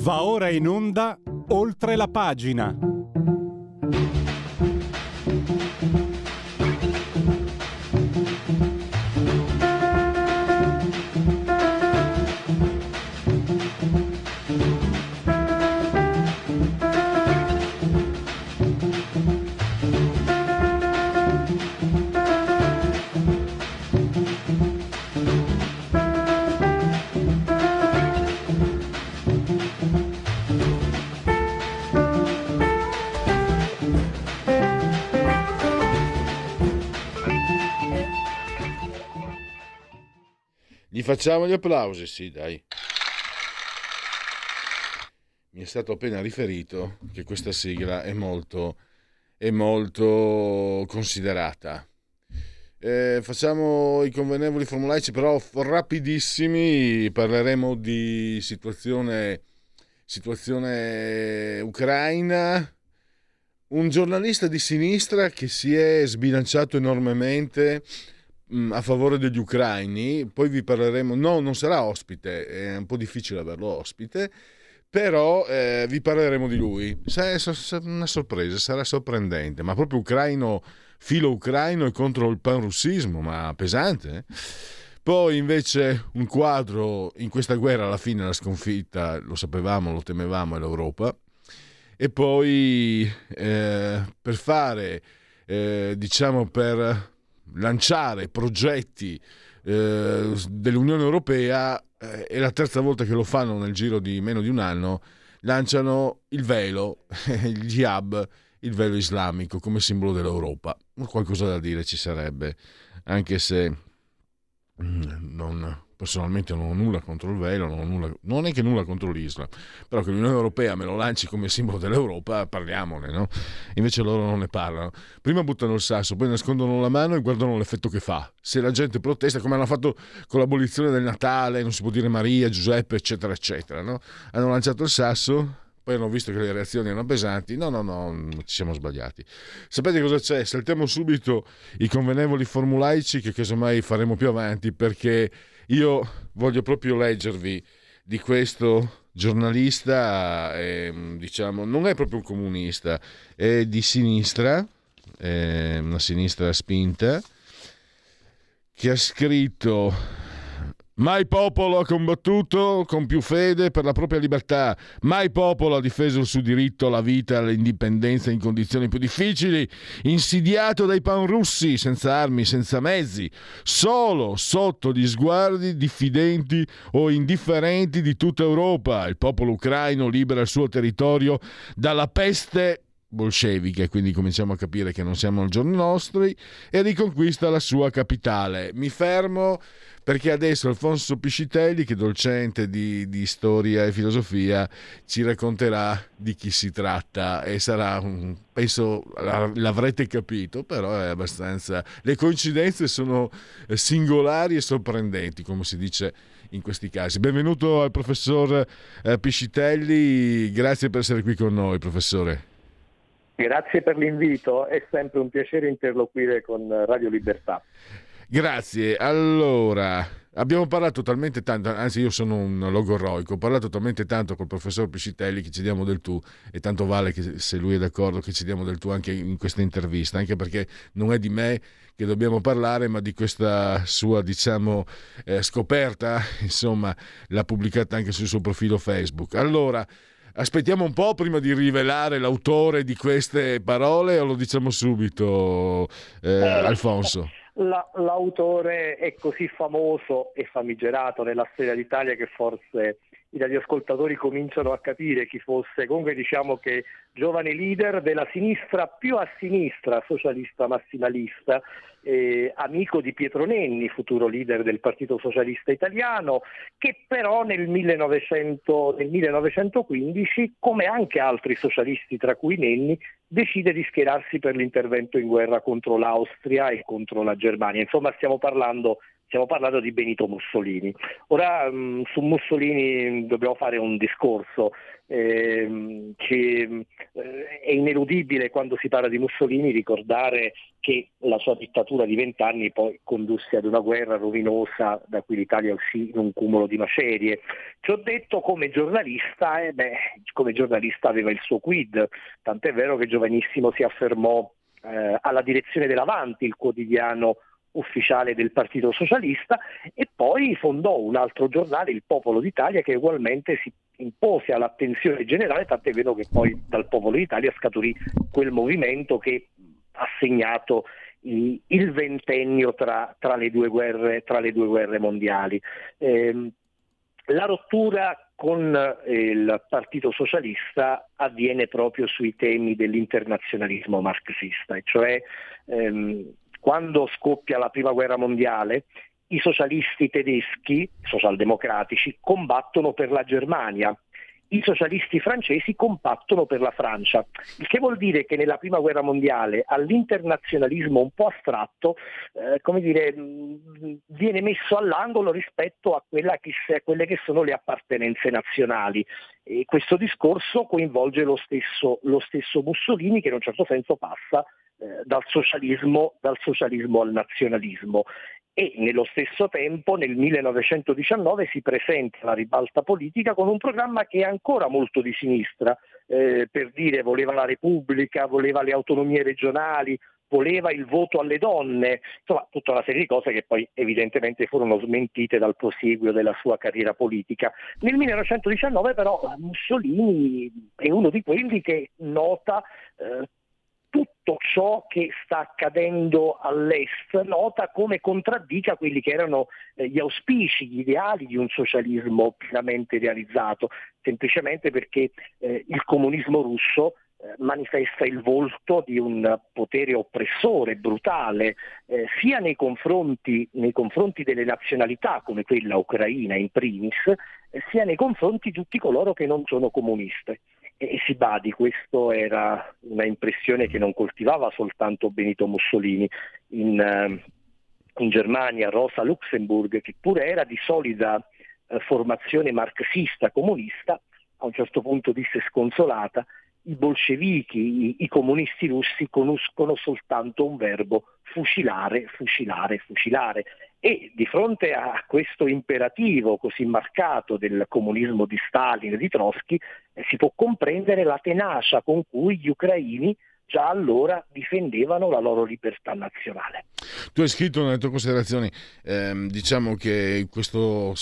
Va ora in onda Oltre la pagina. Gli facciamo gli applausi, sì, dai. Mi è stato appena riferito che questa sigla è molto considerata. Facciamo i convenevoli formulaici, però rapidissimi. Parleremo di situazione ucraina. Un giornalista di sinistra che si è sbilanciato enormemente a favore degli ucraini. Poi vi parleremo, no, non sarà ospite, è un po' difficile averlo ospite, però vi parleremo di lui. È una sorpresa, sarà sorprendente, ma proprio ucraino, filo ucraino e contro il panrussismo, ma pesante, eh? Poi invece un quadro in questa guerra, alla fine la sconfitta, lo sapevamo, lo temevamo, è l'Europa. E poi per fare, per lanciare progetti dell'Unione Europea, è la terza volta che lo fanno nel giro di meno di un anno, lanciano il velo, il jihad, il velo islamico come simbolo dell'Europa. Qualcosa da dire ci sarebbe, anche se personalmente non ho nulla contro il velo, non è che nulla contro l'Islam, però che l'Unione Europea me lo lanci come simbolo dell'Europa, parliamone, no? Invece loro non ne parlano. Prima buttano il sasso, poi nascondono la mano e guardano l'effetto che fa. Se la gente protesta, come hanno fatto con l'abolizione del Natale, non si può dire Maria, Giuseppe, eccetera, eccetera, no? Hanno lanciato il sasso, poi hanno visto che le reazioni erano pesanti. No, ci siamo sbagliati. Sapete cosa c'è? Saltiamo subito i convenevoli formulaici, che casomai faremo più avanti, perché io voglio proprio leggervi di questo giornalista, diciamo, non è proprio un comunista, è di sinistra, è una sinistra spinta, che ha scritto: mai popolo ha combattuto con più fede per la propria libertà, mai popolo ha difeso il suo diritto alla vita e all'indipendenza in condizioni più difficili, insidiato dai panrussi, senza armi, senza mezzi, solo sotto gli sguardi diffidenti o indifferenti di tutta Europa. Il popolo ucraino libera il suo territorio dalla peste bolsceviche, quindi cominciamo a capire che non siamo ai giorni nostri, e riconquista la sua capitale. Mi fermo perché adesso Alfonso Piscitelli, che è docente di storia e filosofia, ci racconterà di chi si tratta, e sarà penso l'avrete capito, però è abbastanza, le coincidenze sono singolari e sorprendenti, come si dice in questi casi. Benvenuto al professor Piscitelli, grazie per essere qui con noi, professore. Grazie per l'invito, è sempre un piacere interloquire con Radio Libertà. Grazie. Allora, abbiamo parlato talmente tanto, anzi io sono un logorroico, ho parlato talmente tanto col professor Piscitelli che ci diamo del tu, e tanto vale che, se lui è d'accordo, che ci diamo del tu anche in questa intervista, anche perché non è di me che dobbiamo parlare, ma di questa sua, diciamo, scoperta, insomma, l'ha pubblicata anche sul suo profilo Facebook. Allora, aspettiamo un po' prima di rivelare l'autore di queste parole, o lo diciamo subito, Alfonso? L'autore è così famoso e famigerato nella storia d'Italia che forse i radioascoltatori cominciano a capire chi fosse. Comunque diciamo che giovane leader della sinistra più a sinistra, socialista massimalista, amico di Pietro Nenni, futuro leader del Partito Socialista Italiano, che però nel 1915, come anche altri socialisti tra cui Nenni, decide di schierarsi per l'intervento in guerra contro l'Austria e contro la Germania. Insomma, stiamo parlando stiamo parlando di Benito Mussolini. Ora su Mussolini dobbiamo fare un discorso che è ineludibile quando si parla di Mussolini ricordare che la sua dittatura di 20 anni poi condusse ad una guerra rovinosa da cui l'Italia uscì in un cumulo di macerie. Ci ho detto come giornalista, come giornalista aveva il suo quid, tant'è vero che giovanissimo si affermò alla direzione dell'Avanti, il quotidiano ufficiale del Partito Socialista, e poi fondò un altro giornale, Il Popolo d'Italia, che ugualmente si impose all'attenzione generale, tant'è vero che poi dal Popolo d'Italia scaturì quel movimento che ha segnato il ventennio tra le due guerre mondiali. La rottura con il Partito Socialista avviene proprio sui temi dell'internazionalismo marxista, e cioè quando scoppia la Prima Guerra Mondiale, i socialisti tedeschi, socialdemocratici, combattono per la Germania, i socialisti francesi combattono per la Francia, il che vuol dire che nella Prima Guerra Mondiale all'internazionalismo un po' astratto viene messo all'angolo rispetto a quelle che sono le appartenenze nazionali. E questo discorso coinvolge lo stesso Mussolini, che in un certo senso passa dal socialismo al nazionalismo. E nello stesso tempo nel 1919 si presenta alla ribalta politica con un programma che è ancora molto di sinistra, per dire voleva la Repubblica, voleva le autonomie regionali, voleva il voto alle donne, insomma tutta una serie di cose che poi evidentemente furono smentite dal prosieguo della sua carriera politica. Nel 1919 però Mussolini è uno di quelli che nota tutto ciò che sta accadendo all'est, nota come contraddica quelli che erano gli auspici, gli ideali di un socialismo pienamente realizzato, semplicemente perché il comunismo russo manifesta il volto di un potere oppressore, brutale, sia nei confronti delle nazionalità come quella ucraina in primis, sia nei confronti di tutti coloro che non sono comuniste. E si badi, questa era una impressione che non coltivava soltanto Benito Mussolini. In Germania Rosa Luxemburg, che pure era di solida formazione marxista comunista, a un certo punto disse sconsolata: i bolscevichi, i comunisti russi conoscono soltanto un verbo: fucilare, fucilare, fucilare. E di fronte a questo imperativo così marcato del comunismo di Stalin e di Trotsky si può comprendere la tenacia con cui gli ucraini già allora difendevano la loro libertà nazionale. Tu hai scritto nelle tue considerazioni, diciamo che questo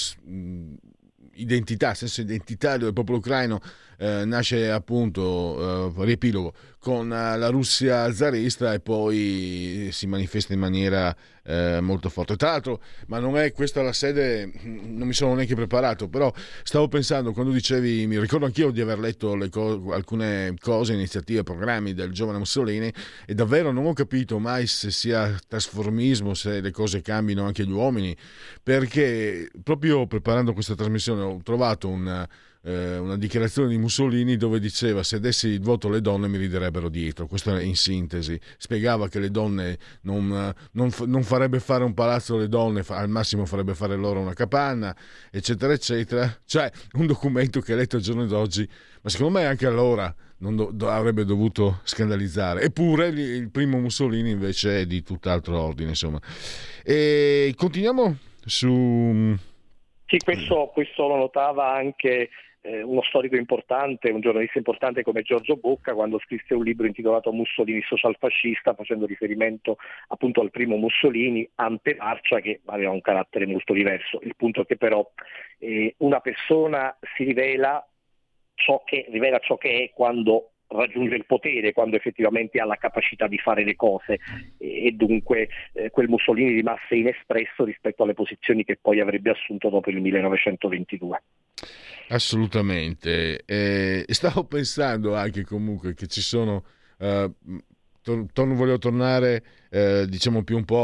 senso identitario del popolo ucraino nasce appunto, riepilogo, con la Russia zarista e poi si manifesta in maniera molto forte. Tra l'altro, ma non è questa la sede, non mi sono neanche preparato, però stavo pensando quando dicevi, mi ricordo anch'io di aver letto alcune cose, iniziative, programmi del giovane Mussolini, e davvero non ho capito mai se sia trasformismo, se le cose cambino anche gli uomini, perché proprio preparando questa trasmissione ho trovato una dichiarazione di Mussolini dove diceva: se dessi il voto alle donne mi riderebbero dietro. Questo in sintesi spiegava che le donne non farebbe fare un palazzo alle donne, al massimo farebbe fare loro una capanna, eccetera eccetera. Cioè un documento che letto al giorno d'oggi, ma secondo me anche allora non avrebbe dovuto scandalizzare. Eppure il primo Mussolini invece è di tutt'altro ordine, insomma. E continuiamo su... Sì, questo lo notava anche uno storico importante, un giornalista importante come Giorgio Bocca, quando scrisse un libro intitolato Mussolini socialfascista, facendo riferimento appunto al primo Mussolini, ante marcia, che aveva un carattere molto diverso. Il punto è che però una persona si rivela ciò che è quando raggiunge il potere, quando effettivamente ha la capacità di fare le cose, e dunque quel Mussolini rimase inespresso rispetto alle posizioni che poi avrebbe assunto dopo il 1922. Assolutamente. E stavo pensando anche comunque che ci sono voglio tornare diciamo più un po'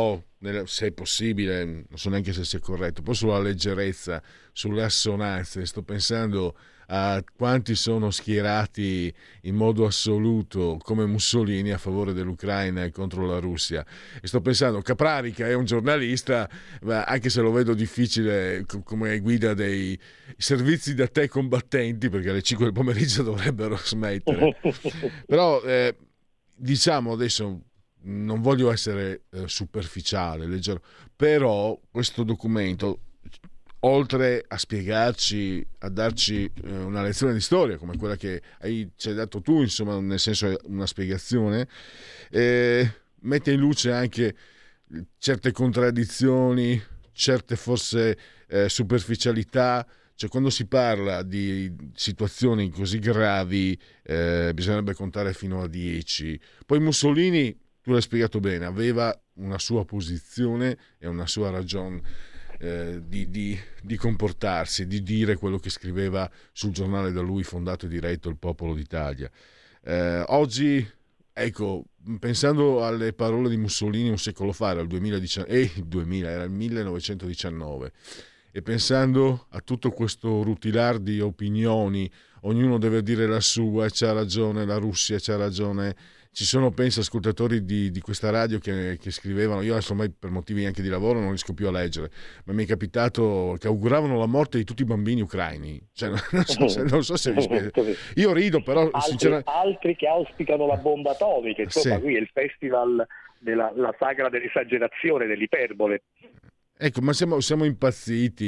se è possibile, non so neanche se sia corretto, poi sulla leggerezza, sulle assonanze, sto pensando a quanti sono schierati in modo assoluto come Mussolini a favore dell'Ucraina e contro la Russia, e sto pensando Caprarica è un giornalista, anche se lo vedo difficile come guida dei servizi da te combattenti, perché alle 5 del pomeriggio dovrebbero smettere. Però diciamo adesso, non voglio essere superficiale, leggero, però questo documento, oltre a spiegarci, a darci una lezione di storia come quella che ci hai dato tu, insomma, nel senso una spiegazione, mette in luce anche certe contraddizioni, certe forse superficialità. Cioè, quando si parla di situazioni così gravi, bisognerebbe contare fino a 10. Poi Mussolini, tu l'hai spiegato bene, aveva una sua posizione e una sua ragione di comportarsi, di dire quello che scriveva sul giornale da lui fondato e diretto Il Popolo d'Italia. Oggi, ecco, pensando alle parole di Mussolini un secolo fa, era il 2019, era il 1919, e pensando a tutto questo rutilar di opinioni, ognuno deve dire la sua, e c'ha ragione la Russia, c'ha ragione. Ci sono, penso, ascoltatori di questa radio che scrivevano, io adesso ormai per motivi anche di lavoro non riesco più a leggere, ma mi è capitato che auguravano la morte di tutti i bambini ucraini. Cioè, non so se vi spiego. Io rido, però sinceramente... Altri che auspicano la bomba atomica, insomma, sì. Qui è il festival della sagra dell'esagerazione, dell'iperbole. Ecco, ma siamo impazziti,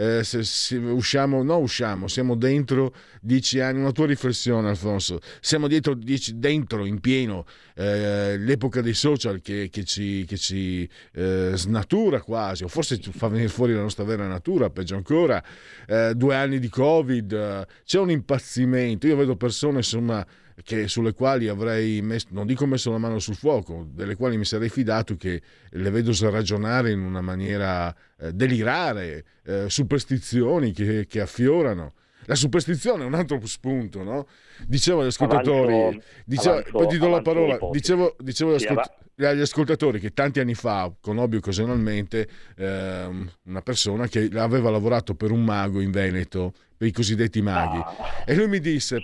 siamo dentro 10 anni, una tua riflessione, Alfonso, siamo dentro in pieno l'epoca dei social che ci snatura quasi, o forse fa venire fuori la nostra vera natura, peggio ancora, 2 anni di Covid, c'è un impazzimento, io vedo persone, insomma, sulle quali avrei non dico messo la mano sul fuoco, delle quali mi sarei fidato, che le vedo ragionare in una maniera delirare, superstizioni che affiorano. La superstizione è un altro spunto, no? Dicevo agli ascoltatori, poi ti do la parola, dicevo agli ascoltatori che tanti anni fa conobbi occasionalmente una persona che aveva lavorato per un mago in Veneto, per i cosiddetti maghi, e lui mi disse: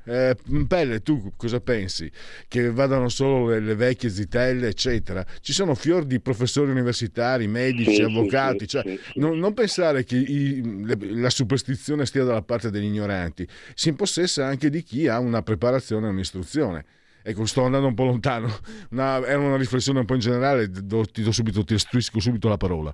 Pelle, tu cosa pensi? Che vadano solo le vecchie zitelle, eccetera? Ci sono fior di professori universitari, medici, avvocati, cioè non pensare che la superstizione stia dalla parte degli ignoranti, si impossessa anche di chi ha una preparazione e un'istruzione. Ecco, sto andando un po' lontano, era una riflessione un po' in generale, ti restituisco subito la parola.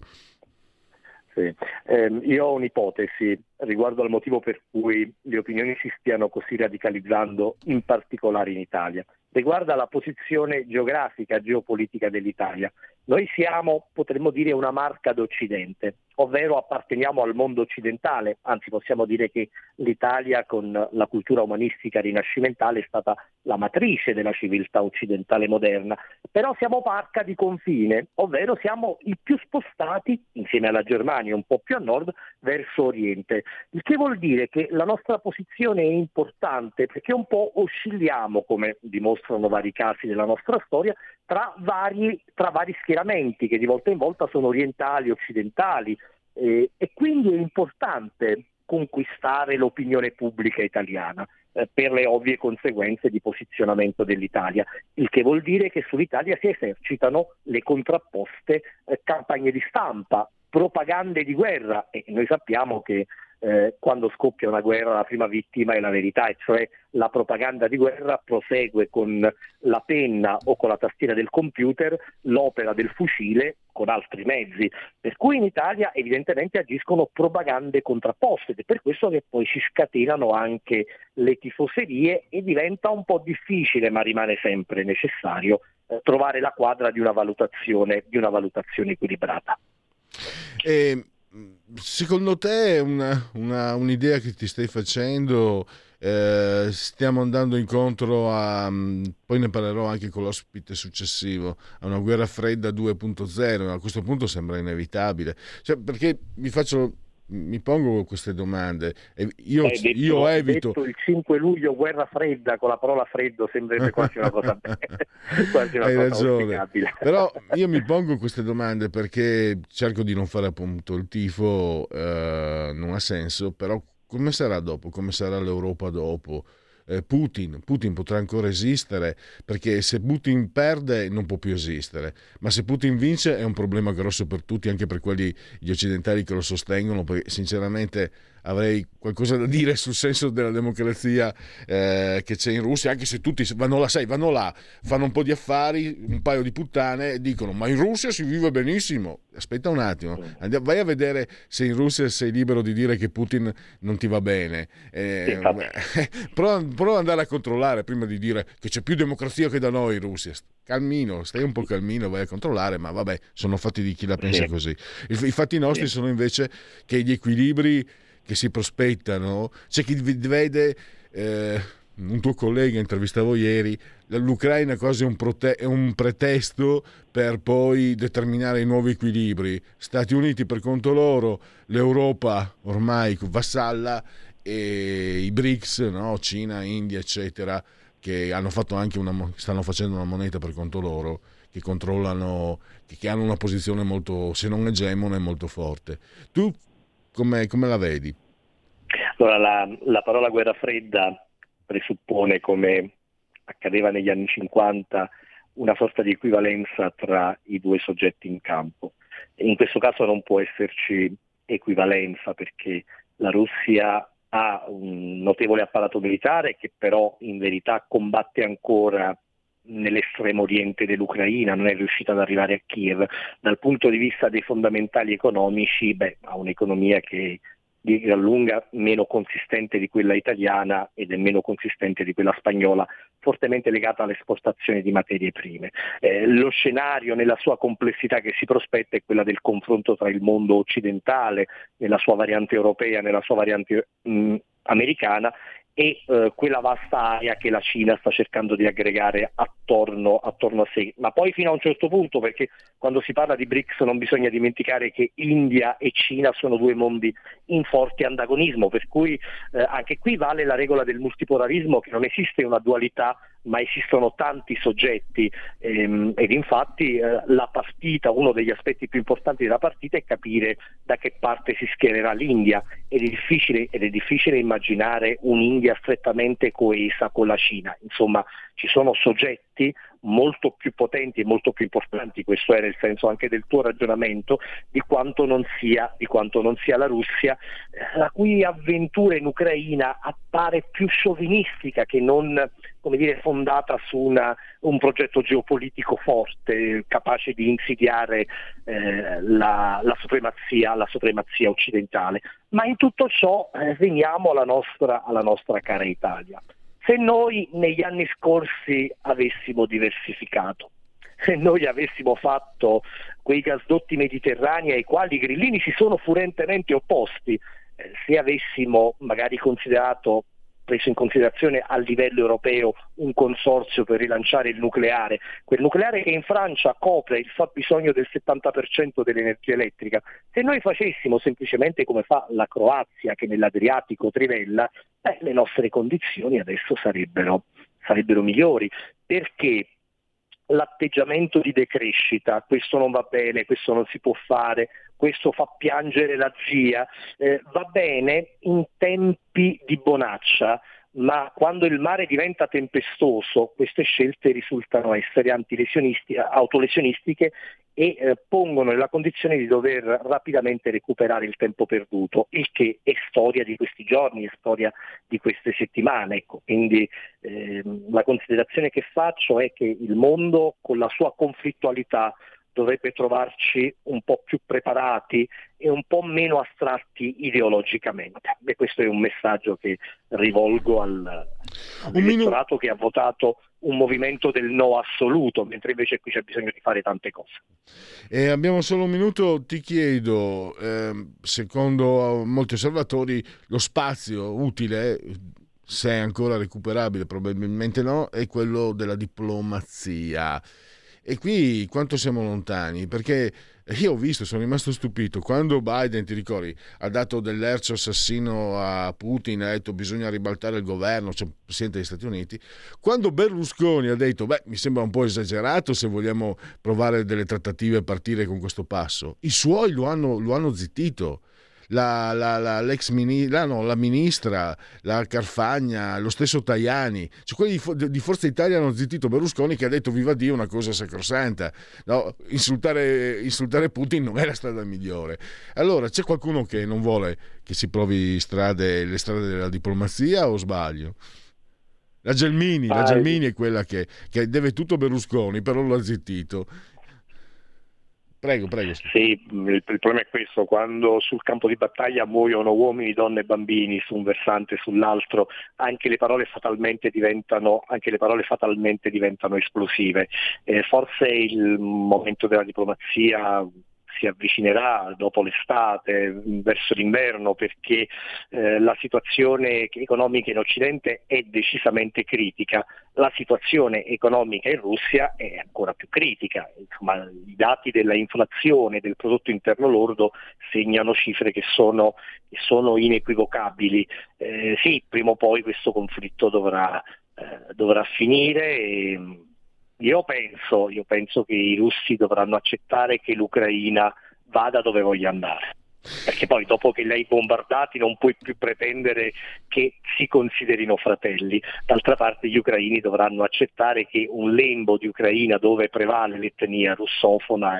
Sì. Io ho un'ipotesi riguardo al motivo per cui le opinioni si stiano così radicalizzando, in particolare in Italia. Riguarda la posizione geografica, geopolitica dell'Italia. Noi siamo, potremmo dire, una marca d'Occidente, ovvero apparteniamo al mondo occidentale, anzi possiamo dire che l'Italia con la cultura umanistica rinascimentale è stata la matrice della civiltà occidentale moderna, però siamo marca di confine, ovvero siamo i più spostati, insieme alla Germania un po' più a nord, verso Oriente, il che vuol dire che la nostra posizione è importante perché un po' oscilliamo, come dimostrano vari casi della nostra storia, tra vari schieramenti che di volta in volta sono orientali, occidentali, e quindi è importante conquistare l'opinione pubblica italiana per le ovvie conseguenze di posizionamento dell'Italia, il che vuol dire che sull'Italia si esercitano le contrapposte campagne di stampa, propagande di guerra, e noi sappiamo che quando scoppia una guerra la prima vittima è la verità, e cioè la propaganda di guerra prosegue con la penna o con la tastiera del computer l'opera del fucile con altri mezzi, per cui in Italia evidentemente agiscono propagande contrapposte, ed è per questo che poi si scatenano anche le tifoserie e diventa un po' difficile, ma rimane sempre necessario trovare la quadra di una valutazione equilibrata. Secondo te un'idea che ti stai facendo, stiamo andando incontro a, poi ne parlerò anche con l'ospite successivo, a una guerra fredda 2.0? A questo punto sembra inevitabile, cioè, perché mi pongo queste domande. Io evito. Detto il 5 luglio guerra fredda, con la parola freddo sembrerebbe quasi una cosa quasi una Hai cosa ragione. auspicabile. Però io mi pongo queste domande perché cerco di non fare appunto il tifo, non ha senso, però come sarà dopo? Come sarà l'Europa dopo? Putin potrà ancora esistere, perché se Putin perde non può più esistere, ma se Putin vince è un problema grosso per tutti, anche per quelli gli occidentali che lo sostengono, perché sinceramente avrei qualcosa da dire sul senso della democrazia che c'è in Russia, anche se tutti vanno là, fanno un po' di affari, un paio di puttane e dicono ma in Russia si vive benissimo. Aspetta un attimo, vai a vedere se in Russia sei libero di dire che Putin non ti va bene. Prova ad andare a controllare prima di dire che c'è più democrazia che da noi in Russia. Calmino, stai un po' calmino, vai a controllare, ma vabbè, sono fatti di chi la pensa così. I fatti nostri sono invece che gli equilibri che si prospettano, c'è chi vede, un tuo collega intervistavo ieri, l'Ucraina quasi è un pretesto per poi determinare i nuovi equilibri. Stati Uniti per conto loro, l'Europa ormai vassalla e i BRICS, no? Cina, India, eccetera, che hanno fatto anche stanno facendo una moneta per conto loro, che controllano, che hanno una posizione molto, se non egemone, molto forte. Tu come la vedi? Allora, la parola guerra fredda presuppone, come accadeva negli anni 50, una sorta di equivalenza tra i due soggetti in campo. In questo caso non può esserci equivalenza, perché la Russia ha un notevole apparato militare che però in verità combatte ancora nell'estremo oriente dell'Ucraina, non è riuscita ad arrivare a Kiev. Dal punto di vista dei fondamentali economici, ha un'economia che di gran lunga meno consistente di quella italiana ed è meno consistente di quella spagnola, fortemente legata all'esportazione di materie prime. Lo scenario nella sua complessità che si prospetta è quella del confronto tra il mondo occidentale, nella sua variante europea, nella sua variante americana, e quella vasta area che la Cina sta cercando di aggregare attorno a sé, ma poi fino a un certo punto, perché quando si parla di BRICS non bisogna dimenticare che India e Cina sono due mondi in forte antagonismo, per cui anche qui vale la regola del multipolarismo, che non esiste una dualità ma esistono tanti soggetti, ed infatti la partita, uno degli aspetti più importanti della partita è capire da che parte si schiererà l'India, ed è difficile immaginare un'India strettamente coesa con la Cina. Insomma, ci sono soggetti molto più potenti e molto più importanti, questo era il senso anche del tuo ragionamento, di quanto non sia la Russia, la cui avventura in Ucraina appare più sciovinistica che non, come dire, fondata su un progetto geopolitico forte, capace di insidiare la supremazia occidentale. Ma in tutto ciò veniamo alla nostra cara Italia. Se noi negli anni scorsi avessimo diversificato, se noi avessimo fatto quei gasdotti mediterranei ai quali i grillini si sono furentemente opposti, se avessimo magari preso in considerazione a livello europeo un consorzio per rilanciare il nucleare, quel nucleare che in Francia copre il fabbisogno del 70% dell'energia elettrica, se noi facessimo semplicemente come fa la Croazia, che nell'Adriatico trivella, le nostre condizioni adesso sarebbero migliori, perché l'atteggiamento di decrescita, questo non va bene, questo non si può fare, questo fa piangere la zia, va bene in tempi di bonaccia, ma quando il mare diventa tempestoso queste scelte risultano essere autolesionistiche e pongono nella condizione di dover rapidamente recuperare il tempo perduto, il che è storia di questi giorni, è storia di queste settimane. Ecco, quindi la considerazione che faccio è che il mondo, con la sua conflittualità, dovrebbe trovarci un po' più preparati e un po' meno astratti ideologicamente. E questo è un messaggio che rivolgo all'elettorato che ha votato un movimento del no assoluto, mentre invece qui c'è bisogno di fare tante cose. Abbiamo solo un minuto, ti chiedo, secondo molti osservatori, lo spazio utile, se è ancora recuperabile, probabilmente no, è quello della diplomazia. E qui quanto siamo lontani? Perché E io ho visto, sono rimasto stupito quando Biden, ti ricordi, ha dato dell'ercio assassino a Putin, ha detto bisogna ribaltare il governo, cioè il presidente degli Stati Uniti. Quando Berlusconi ha detto mi sembra un po' esagerato se vogliamo provare delle trattative e partire con questo passo, i suoi lo hanno zittito. La ministra, la Carfagna, lo stesso Tajani, cioè quelli di Forza Italia hanno zittito Berlusconi, che ha detto viva Dio una cosa sacrosanta, no, insultare Putin non è la strada migliore. Allora c'è qualcuno che non vuole che si provi le strade della diplomazia, o sbaglio? La Gelmini è quella che deve tutto Berlusconi, però lo ha zittito. Prego. Sì, il problema è questo: quando sul campo di battaglia muoiono uomini, donne e bambini su un versante e sull'altro, anche le parole fatalmente diventano esplosive. Forse il momento della diplomazia si avvicinerà dopo l'estate, verso l'inverno, perché la situazione economica in Occidente è decisamente critica. La situazione economica in Russia è ancora più critica. Insomma, i dati della inflazione del prodotto interno lordo segnano cifre che sono inequivocabili. Sì, prima o poi questo conflitto dovrà finire. Io penso che i russi dovranno accettare che l'Ucraina vada dove voglia andare, perché poi dopo che li hai bombardati non puoi più pretendere che si considerino fratelli. D'altra parte gli ucraini dovranno accettare che un lembo di Ucraina dove prevale l'etnia russofona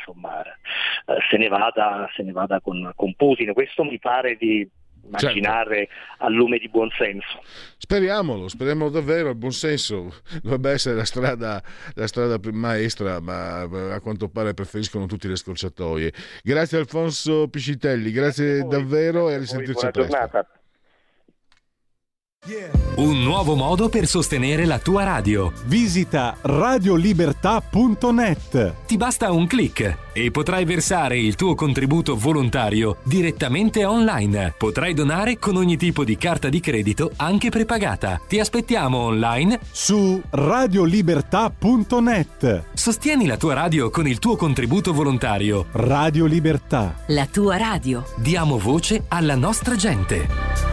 se ne vada con Putin. Questo mi pare di immaginare a lume di buonsenso. Speriamo davvero. Il buonsenso dovrebbe essere la strada maestra, ma a quanto pare preferiscono tutte le scorciatoie. Grazie Alfonso Piscitelli, grazie davvero, e a risentirci presto. Giornata. Un nuovo modo per sostenere la tua radio. Visita radiolibertà.net. Ti basta un click e potrai versare il tuo contributo volontario direttamente online. Potrai donare con ogni tipo di carta di credito, anche prepagata. Ti aspettiamo online su radiolibertà.net. Sostieni la tua radio con il tuo contributo volontario. Radio Libertà. La tua radio. Diamo voce alla nostra gente.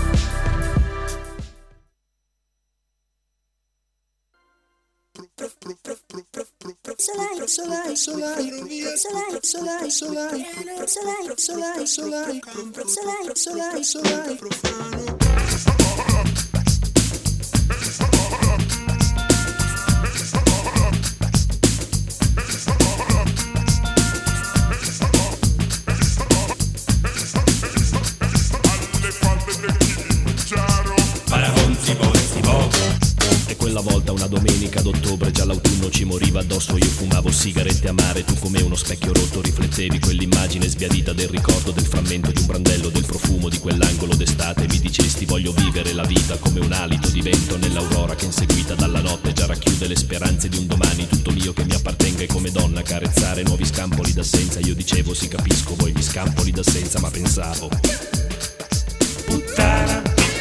E quella volta una domenica d'ottobre, già l'autunno ci moriva addosso, io fumavo sigarette amare, tu come uno specchio rotto riflettevi quell'immagine sbiadita del ricordo, del frammento di un brandello, del profumo di quell'angolo d'estate. Mi dicesti voglio vivere la vita come un alito di vento nell'aurora che inseguita dalla notte già racchiude le speranze di un domani tutto mio che mi appartenga, e come donna carezzare nuovi scampoli d'assenza. Io dicevo sì, capisco voi gli scampoli d'assenza, ma pensavo puttana.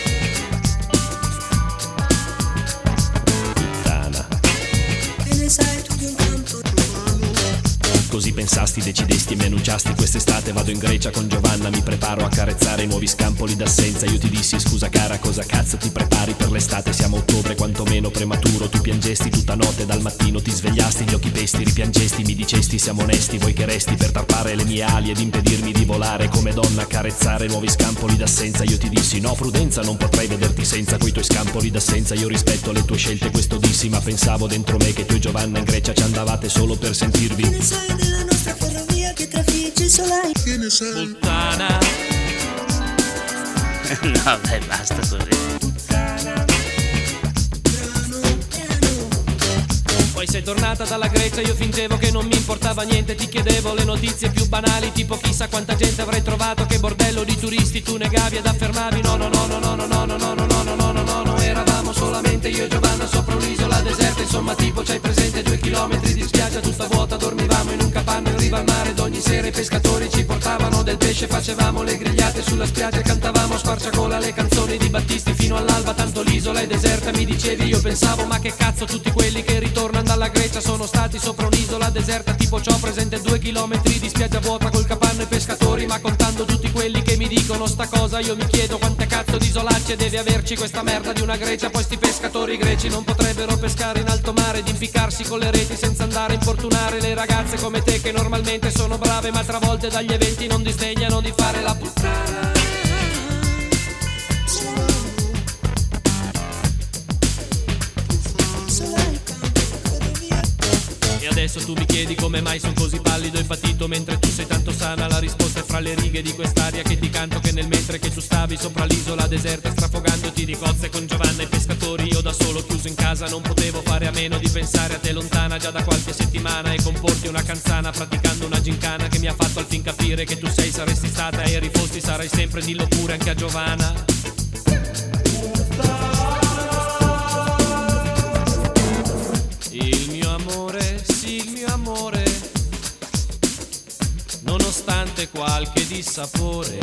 Così pensasti, decidesti e mi annunciasti quest'estate vado in Grecia con Giovanna, mi preparo a carezzare i nuovi scampoli d'assenza. Io ti dissi scusa cara, cosa cazzo ti prepari per l'estate, siamo a ottobre quantomeno prematuro. Tu piangesti tutta notte, dal mattino ti svegliasti, gli occhi pesti, ripiangesti, mi dicesti siamo onesti, vuoi che resti per tarpare le mie ali ed impedirmi di volare, come donna carezzare nuovi scampoli d'assenza. Io ti dissi no prudenza, non potrei vederti senza quei tuoi scampoli d'assenza. Io rispetto le tue scelte, questo dissi, ma pensavo dentro me che tu e Giovanna in Grecia ci andavate solo per sentirvi. Che ne sai della nostra ferrovia che trafigge il solai? Che ne sai? Puttana. No dai, basta così. Poi sei tornata dalla Grecia, io fingevo che non mi importava niente, ti chiedevo le notizie più banali, tipo chissà quanta gente avrei trovato, che bordello di turisti, tu negavi ed affermavi no, eravamo solamente io e Giovanna sopra un'isola deserta, insomma tipo c'hai presente 2 chilometri di spiaggia tutta vuota, dormivamo in un capanno in riva al mare ed ogni sera i pescatori ci portavano parlavano del pesce, facevamo le grigliate sulla spiaggia e cantavamo a squarciagola le canzoni di Battisti fino all'alba, tanto l'isola è deserta, mi dicevi, io pensavo ma che cazzo, tutti quelli che ritornano dalla Grecia sono stati sopra un'isola deserta tipo ciò, presente 2 chilometri di spiaggia vuota col capanno e pescatori, ma contando tutti quelli che mi dicono sta cosa io mi chiedo quante cazzo di isolacce deve averci questa merda di una Grecia, poi sti pescatori greci non potrebbero pescare in alto mare ed impiccarsi con le reti senza andare a importunare le ragazze come te che normalmente sono brave ma travolte dagli eventi non disdegnano di fare la puttana. E adesso tu mi chiedi come mai sono così pallido e patito mentre tu sei tanto sana, la risposta è fra le righe di quest'aria che ti canto, che nel mentre che tu stavi sopra l'isola deserta strafogandoti di cozze con Giovanna e pescatori, io da solo chiuso in casa non potevo fare a meno di pensare a te lontana già da qualche settimana e comporti una canzana praticando una gincana che mi ha fatto al fin capire che tu sei, saresti stata e rifosti, sarai sempre, dillo pure anche a Giovanna. Il mio amore, sì, il mio amore, nonostante qualche dissapore,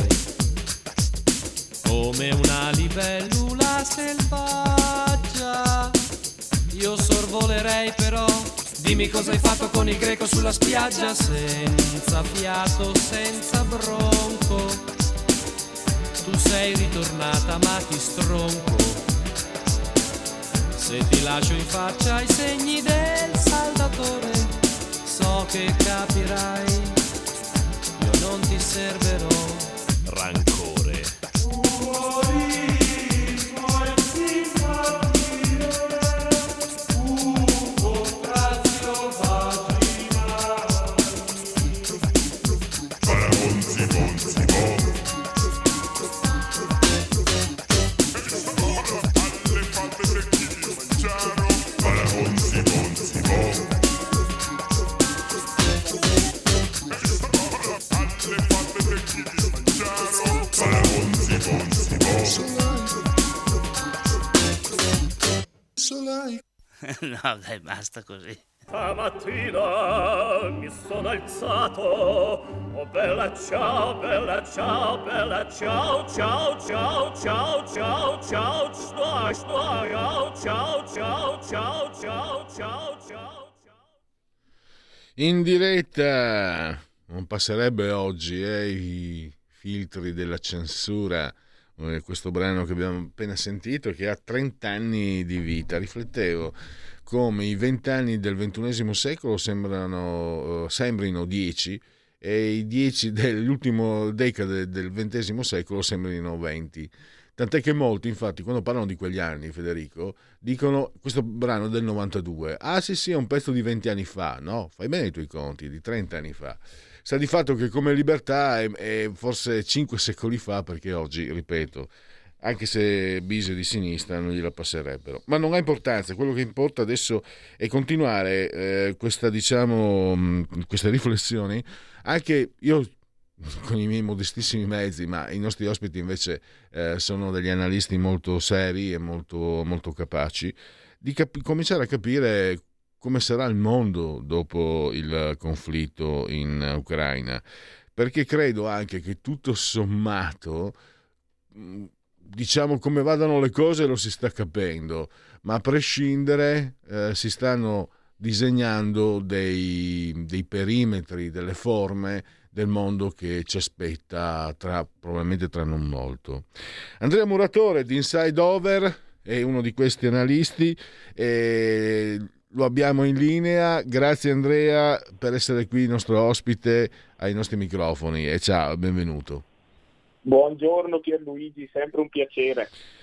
come una libellula selvaggia, io sorvolerei però. Dimmi cosa hai fatto con il greco sulla spiaggia, senza fiato, senza bronco. Tu sei ritornata ma ti stronco. Se ti lascio in faccia i segni del saldatore, so che capirai, io non ti serverò rancore. No, dai, basta così. Stamattina mi sono alzato, oh bella ciao, bella ciao, bella ciao, ciao, ciao, ciao, ciao, ciao, ciao, ciao, ciao, ciao, ciao, ciao, ciao, ciao. In diretta non passerebbe oggi i filtri della censura. Questo brano che abbiamo appena sentito, che ha 30 anni di vita. Riflettevo come i 20 anni del XXI secolo sembrino 10 e i 10 dell'ultimo decade del XX secolo sembrino 20. Tant'è che molti, infatti, quando parlano di quegli anni, Federico, dicono questo brano è del 92. Ah sì, è un pezzo di 20 anni fa. No, fai bene i tuoi conti, di 30 anni fa. Sta di fatto che come libertà è forse 5 secoli fa, perché oggi, ripeto, anche se Bise di sinistra non gliela passerebbero. Ma non ha importanza, quello che importa adesso è continuare queste riflessioni, anche io con i miei modestissimi mezzi, ma i nostri ospiti invece sono degli analisti molto seri e molto, molto capaci, di cominciare a capire come sarà il mondo dopo il conflitto in Ucraina, perché credo anche che tutto sommato, diciamo, come vadano le cose lo si sta capendo, ma a prescindere si stanno disegnando dei perimetri, delle forme del mondo che ci aspetta probabilmente tra non molto. Andrea Muratore di Inside Over è uno di questi analisti e lo abbiamo in linea. Grazie Andrea per essere qui nostro ospite ai nostri microfoni e ciao, benvenuto. Buongiorno Pierluigi, sempre un piacere.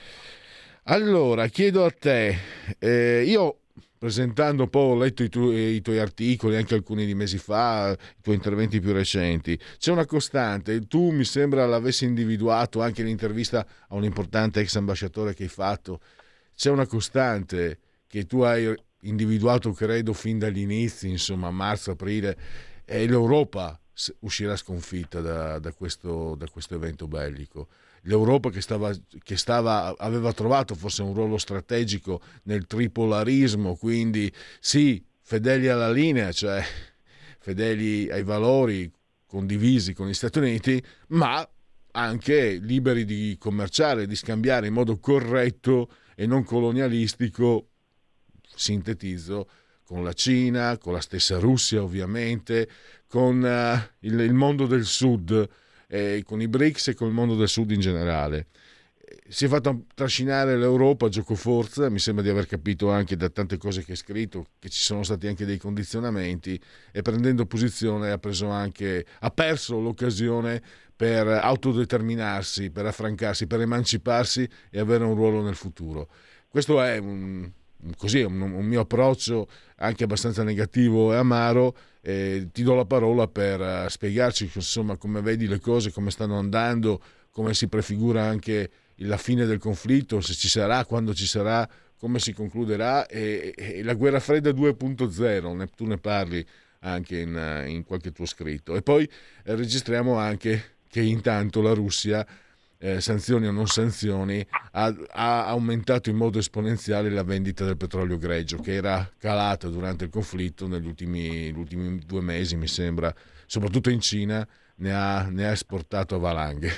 Allora, chiedo a te, io presentando un po', ho letto i tuoi articoli, anche alcuni di mesi fa, i tuoi interventi più recenti, c'è una costante, tu mi sembra l'avessi individuato anche in intervista a un importante ex ambasciatore che hai fatto, c'è una costante che tu hai individuato credo fin dagli inizi, insomma marzo-aprile, e l'Europa uscirà sconfitta da questo evento bellico. L'Europa che aveva trovato forse un ruolo strategico nel tripolarismo, quindi sì, fedeli alla linea, cioè fedeli ai valori, condivisi con gli Stati Uniti, ma anche liberi di commerciare, di scambiare in modo corretto e non colonialistico, sintetizzo, con la Cina, con la stessa Russia ovviamente, con il mondo del Sud, con i BRICS e con il mondo del Sud in generale. Si è fatto trascinare l'Europa a giocoforza, mi sembra di aver capito anche da tante cose che hai scritto che ci sono stati anche dei condizionamenti, e prendendo posizione ha perso l'occasione per autodeterminarsi, per affrancarsi, per emanciparsi e avere un ruolo nel futuro. Questo è un mio approccio anche abbastanza negativo e amaro. Ti do la parola per spiegarci insomma come vedi le cose, come stanno andando, come si prefigura anche la fine del conflitto, se ci sarà, quando ci sarà, come si concluderà, e la guerra fredda 2.0, tu ne parli anche in qualche tuo scritto. E poi registriamo anche che intanto la Russia, sanzioni o non sanzioni, ha aumentato in modo esponenziale la vendita del petrolio greggio, che era calata durante il conflitto negli ultimi 2 mesi, mi sembra, soprattutto in Cina, ne ha esportato a valanghe.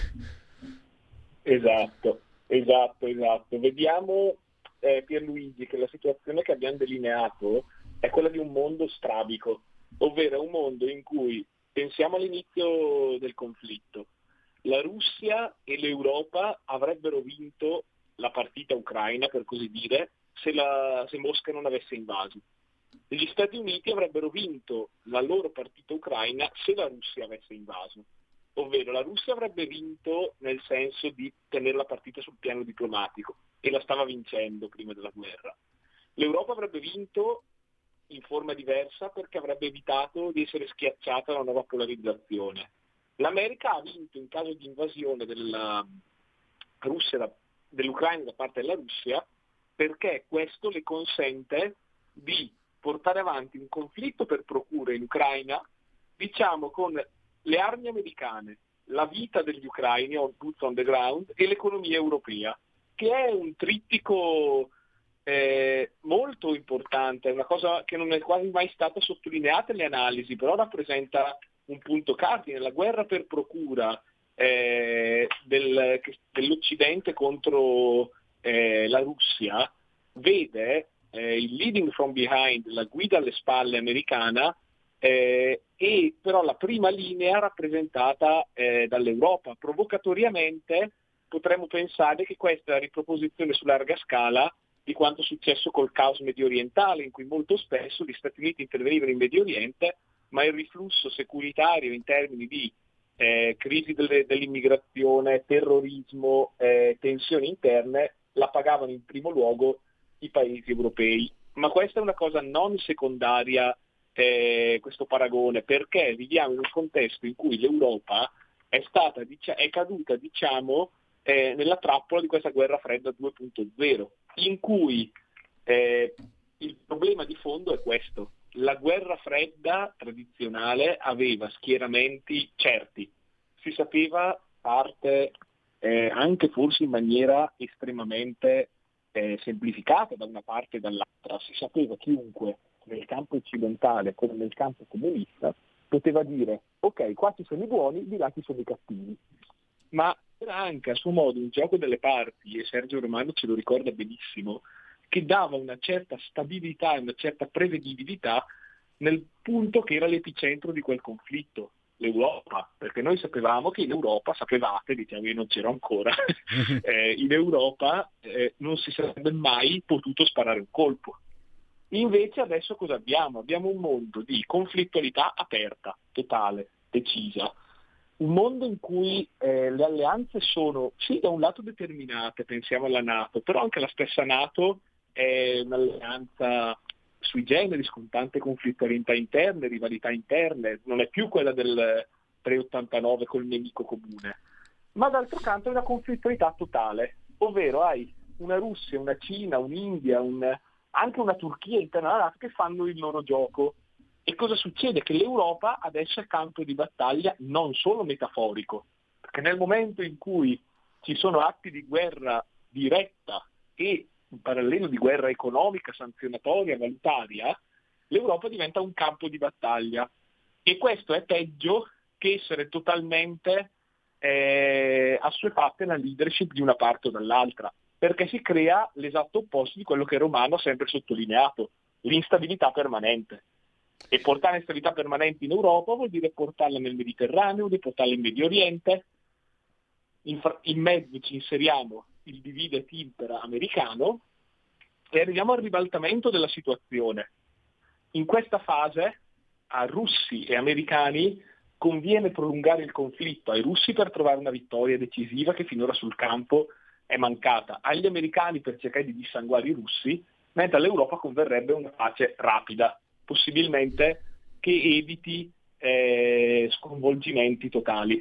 Esatto. Vediamo, Pierluigi, che la situazione che abbiamo delineato è quella di un mondo strabico, ovvero un mondo in cui, pensiamo all'inizio del conflitto, la Russia e l'Europa avrebbero vinto la partita ucraina, per così dire, se Mosca non avesse invaso. Gli Stati Uniti avrebbero vinto la loro partita ucraina se la Russia avesse invaso. Ovvero la Russia avrebbe vinto nel senso di tenere la partita sul piano diplomatico, e la stava vincendo prima della guerra. L'Europa avrebbe vinto in forma diversa perché avrebbe evitato di essere schiacciata da una nuova polarizzazione. L'America ha vinto in caso di invasione dell'Ucraina da parte della Russia, perché questo le consente di portare avanti un conflitto per procura in Ucraina, diciamo con le armi americane, la vita degli ucraini, boots on the ground, e l'economia europea, che è un trittico molto importante, è una cosa che non è quasi mai stata sottolineata nelle analisi, però rappresenta un punto cardine. La guerra per procura dell'Occidente contro la Russia vede il leading from behind, la guida alle spalle americana, e però la prima linea rappresentata dall'Europa. Provocatoriamente potremmo pensare che questa è la riproposizione su larga scala di quanto è successo col caos medio orientale, in cui molto spesso gli Stati Uniti intervenivano in Medio Oriente, ma il riflusso securitario in termini di crisi dell'immigrazione, terrorismo, tensioni interne, la pagavano in primo luogo i paesi europei. Ma questa è una cosa non secondaria, questo paragone, perché viviamo in un contesto in cui l'Europa è caduta, diciamo, nella trappola di questa guerra fredda 2.0, in cui il problema di fondo è questo. La guerra fredda tradizionale aveva schieramenti certi, si sapeva parte anche forse in maniera estremamente semplificata da una parte e dall'altra, si sapeva chiunque nel campo occidentale come nel campo comunista poteva dire ok, qua ci sono i buoni, di là ci sono i cattivi, ma era anche a suo modo un gioco delle parti, e Sergio Romano ce lo ricorda benissimo, che dava una certa stabilità e una certa prevedibilità nel punto che era l'epicentro di quel conflitto, l'Europa, perché noi sapevamo che in Europa, diciamo io non c'ero ancora, in Europa non si sarebbe mai potuto sparare un colpo. Invece adesso cosa abbiamo? Abbiamo un mondo di conflittualità aperta, totale, decisa, un mondo in cui le alleanze sono sì da un lato determinate, pensiamo alla NATO, però anche la stessa NATO è un'alleanza sui generis, con tante conflittualità interne, rivalità interne, non è più quella del pre-89 col nemico comune, ma d'altro canto è una conflittualità totale, ovvero hai una Russia, una Cina, un'India, anche una Turchia interna alla NATO che fanno il loro gioco. E cosa succede? Che l'Europa adesso è campo di battaglia non solo metaforico, perché nel momento in cui ci sono atti di guerra diretta e in parallelo di guerra economica, sanzionatoria, valutaria, l'Europa diventa un campo di battaglia. E questo è peggio che essere totalmente assuefatte alla leadership di una parte o dall'altra, perché si crea l'esatto opposto di quello che Romano ha sempre sottolineato, l'instabilità permanente. E portare instabilità permanente in Europa vuol dire portarla nel Mediterraneo, di portarla in Medio Oriente. In mezzo ci inseriamo il divide et impera americano e arriviamo al ribaltamento della situazione. In questa fase a russi e americani conviene prolungare il conflitto, ai russi per trovare una vittoria decisiva che finora sul campo è mancata, agli americani per cercare di dissanguare i russi, mentre all'Europa converrebbe una pace rapida, possibilmente che eviti sconvolgimenti totali.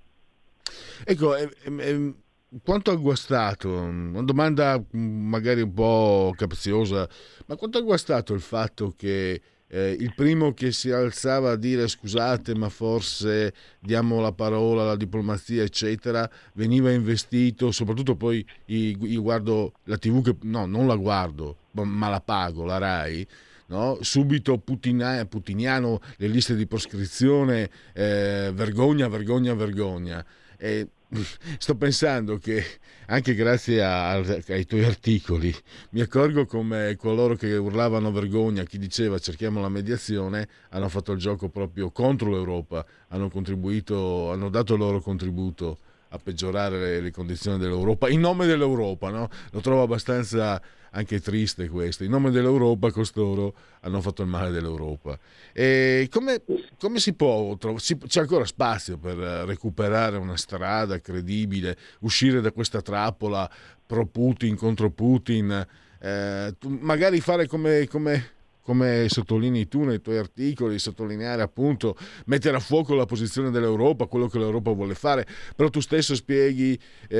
Ecco, quanto ha guastato, una domanda magari un po' capziosa, ma quanto ha guastato il fatto che il primo che si alzava a dire scusate ma forse diamo la parola alla diplomazia eccetera veniva investito, soprattutto poi io guardo la TV, che no, non la guardo ma la pago, la Rai, no? Subito putiniano, le liste di proscrizione, vergogna, vergogna, vergogna. E sto pensando che anche grazie ai tuoi articoli mi accorgo come coloro che urlavano vergogna, chi diceva cerchiamo la mediazione, hanno fatto il gioco proprio contro l'Europa, hanno dato il loro contributo a peggiorare le condizioni dell'Europa in nome dell'Europa, no? Lo trovo abbastanza anche triste questo, in nome dell'Europa costoro hanno fatto il male dell'Europa. E come si può c'è ancora spazio per recuperare una strada credibile, uscire da questa trappola pro Putin contro Putin, magari fare come sottolinei tu nei tuoi articoli, sottolineare appunto, mettere a fuoco la posizione dell'Europa, quello che l'Europa vuole fare, però tu stesso spieghi,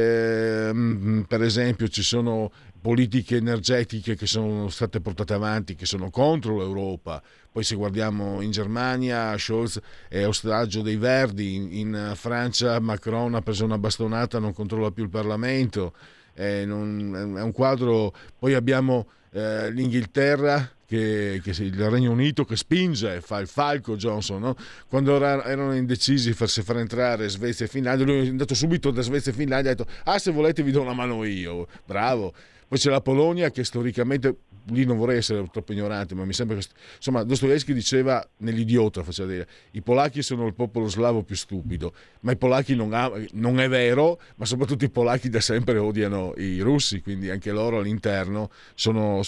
per esempio ci sono politiche energetiche che sono state portate avanti, che sono contro l'Europa. Poi se guardiamo in Germania, Scholz è ostaggio dei Verdi, in Francia Macron ha preso una bastonata, non controlla più il Parlamento, è un quadro. Poi abbiamo l'Inghilterra, che il Regno Unito che spinge, fa il falco Johnson, no? Quando erano indecisi se far entrare Svezia e Finlandia, lui è andato subito da Svezia e Finlandia e ha detto se volete vi do una mano io, bravo. Poi c'è la Polonia che storicamente, lì non vorrei essere troppo ignorante, ma mi sembra che insomma Dostoevskij diceva nell'Idiota, faceva dire i polacchi sono il popolo slavo più stupido, ma i polacchi non è vero, ma soprattutto i polacchi da sempre odiano i russi, quindi anche loro all'interno sono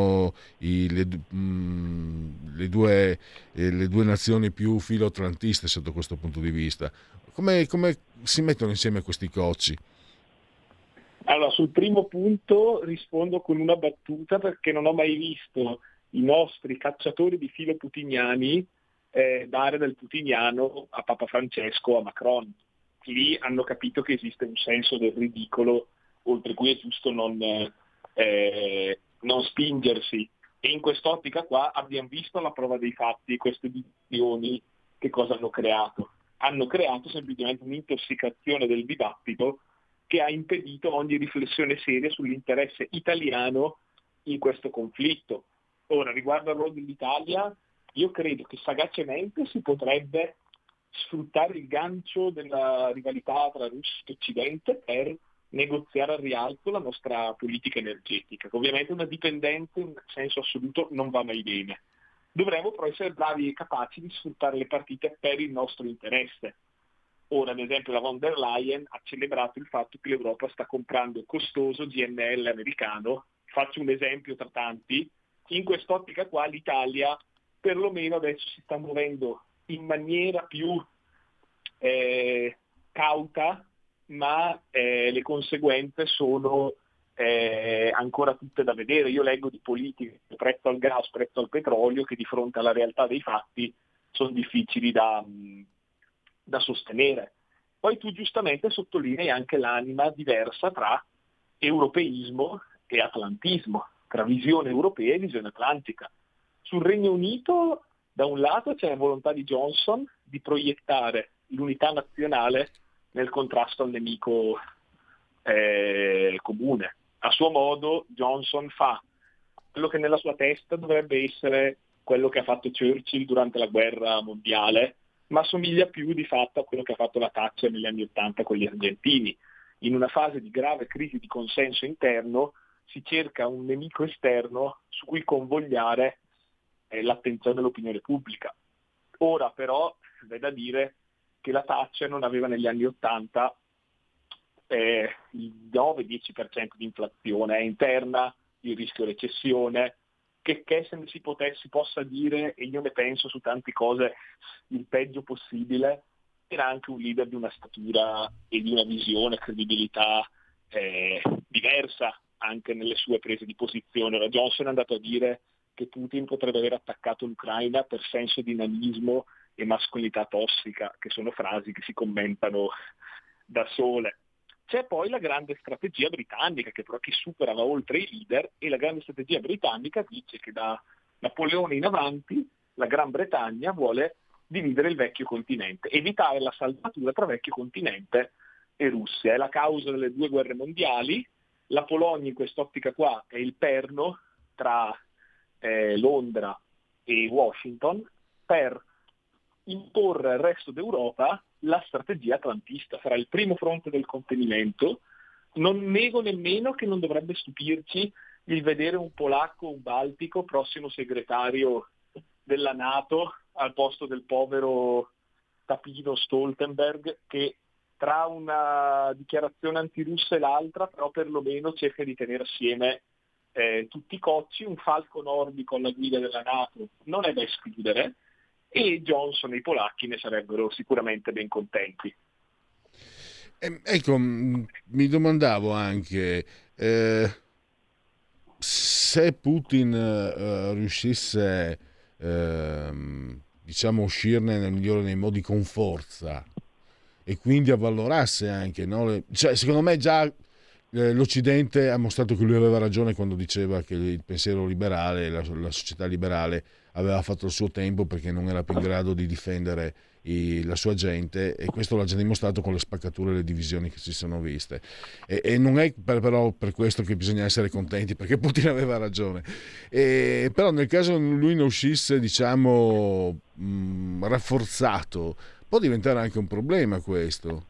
le due nazioni più filo-atlantiste sotto questo punto di vista. Come si mettono insieme questi cocci? Allora, sul primo punto rispondo con una battuta, perché non ho mai visto i nostri cacciatori di filo putiniani dare del putiniano a Papa Francesco o a Macron. Lì hanno capito che esiste un senso del ridicolo, oltre cui è giusto non spingersi. E in quest'ottica qua abbiamo visto la prova dei fatti, queste divisioni che cosa hanno creato. Hanno creato semplicemente un'intossicazione del dibattito che ha impedito ogni riflessione seria sull'interesse italiano in questo conflitto. Ora, riguardo al ruolo dell'Italia, io credo che sagacemente si potrebbe sfruttare il gancio della rivalità tra Russia e Occidente per negoziare al rialzo la nostra politica energetica, che ovviamente una dipendenza in senso assoluto non va mai bene. Dovremmo però essere bravi e capaci di sfruttare le partite per il nostro interesse. Ora, ad esempio, la von der Leyen ha celebrato il fatto che l'Europa sta comprando costoso GNL americano. Faccio un esempio tra tanti. In quest'ottica qua l'Italia perlomeno adesso si sta muovendo in maniera più cauta, ma le conseguenze sono ancora tutte da vedere. Io leggo di politiche, prezzo al gas, prezzo al petrolio, che di fronte alla realtà dei fatti sono difficili da sostenere. Poi tu giustamente sottolinei anche l'anima diversa tra europeismo e atlantismo, tra visione europea e visione atlantica. Sul Regno Unito, da un lato, c'è la volontà di Johnson di proiettare l'unità nazionale nel contrasto al nemico comune. A suo modo Johnson fa quello che nella sua testa dovrebbe essere quello che ha fatto Churchill durante la guerra mondiale, ma somiglia più di fatto a quello che ha fatto la Thatcher negli anni '80 con gli argentini. In una fase di grave crisi di consenso interno si cerca un nemico esterno su cui convogliare l'attenzione dell'opinione pubblica. Ora però è da dire che la Thatcher non aveva negli anni '80 il 9-10% di inflazione interna, il rischio recessione, che se ne si possa dire, e io ne penso su tante cose, il peggio possibile. Era anche un leader di una statura e di una visione, credibilità diversa anche nelle sue prese di posizione. Ora Johnson è andato a dire che Putin potrebbe aver attaccato l'Ucraina per senso di nanismo e mascolinità tossica, che sono frasi che si commentano da sole. C'è poi la grande strategia britannica, che però supera va oltre i leader, e la grande strategia britannica dice che da Napoleone in avanti la Gran Bretagna vuole dividere il vecchio continente, evitare la saldatura tra vecchio continente e Russia. È la causa delle 2 guerre mondiali. La Polonia in quest'ottica qua è il perno tra Londra e Washington per imporre al resto d'Europa la strategia atlantista. Sarà il primo fronte del contenimento. Non nego nemmeno che non dovrebbe stupirci il vedere un polacco, un baltico, prossimo segretario della NATO al posto del povero tapino Stoltenberg, che tra una dichiarazione antirussa e l'altra però perlomeno cerca di tenere assieme tutti i cocci. Un falco nordico alla guida della NATO non è da escludere, e Johnson e i polacchi ne sarebbero sicuramente ben contenti. Ecco, mi domandavo anche se Putin riuscisse diciamo a uscirne nel migliore dei modi con forza e quindi avvalorasse anche, no? Cioè, secondo me già l'Occidente ha mostrato che lui aveva ragione quando diceva che il pensiero liberale, la società liberale aveva fatto il suo tempo perché non era più in grado di difendere la sua gente, e questo l'ha già dimostrato con le spaccature e le divisioni che si sono viste, e non è però per questo che bisogna essere contenti, perché Putin aveva ragione, però nel caso lui ne uscisse diciamo rafforzato, può diventare anche un problema questo.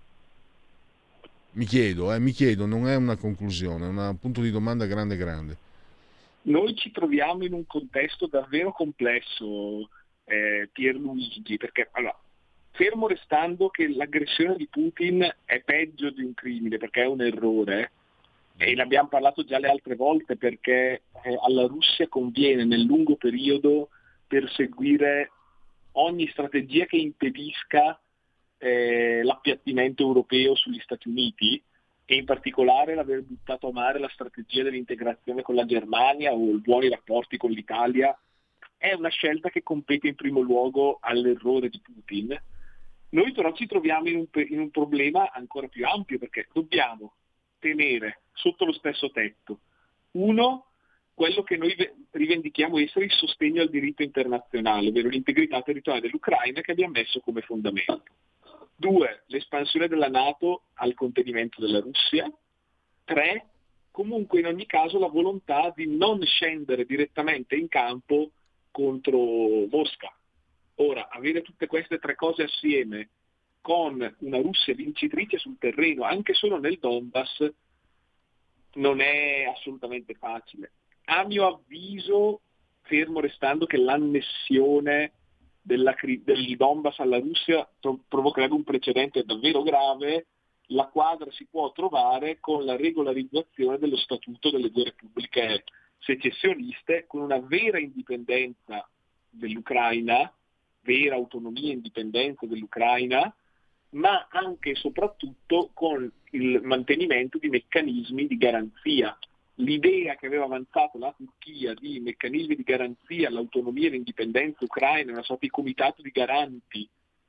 Mi chiedo, non è una conclusione, è un punto di domanda grande. Noi ci troviamo in un contesto davvero complesso, Pierluigi, perché allora, fermo restando che l'aggressione di Putin è peggio di un crimine, perché è un errore, e ne abbiamo parlato già le altre volte, perché alla Russia conviene nel lungo periodo perseguire ogni strategia che impedisca l'appiattimento europeo sugli Stati Uniti, e in particolare l'aver buttato a mare la strategia dell'integrazione con la Germania o i buoni rapporti con l'Italia. È una scelta che compete in primo luogo all'errore di Putin. Noi però ci troviamo in un problema ancora più ampio, perché dobbiamo tenere sotto lo stesso tetto, uno, quello che noi rivendichiamo essere il sostegno al diritto internazionale, ovvero l'integrità territoriale dell'Ucraina, che abbiamo messo come fondamento. 2, l'espansione della NATO al contenimento della Russia. 3, comunque in ogni caso la volontà di non scendere direttamente in campo contro Mosca. Ora, avere tutte queste 3 cose assieme con una Russia vincitrice sul terreno, anche solo nel Donbass, non è assolutamente facile. A mio avviso, fermo restando che l'annessione del Donbass alla Russia provocherebbe un precedente davvero grave, la quadra si può trovare con la regolarizzazione dello statuto delle 2 repubbliche secessioniste, con una vera indipendenza dell'Ucraina, vera autonomia e indipendenza dell'Ucraina, ma anche e soprattutto con il mantenimento di meccanismi di garanzia. L'idea che aveva avanzato la Turchia di meccanismi di garanzia all'autonomia e all'indipendenza ucraina, una sorta di comitato di garanti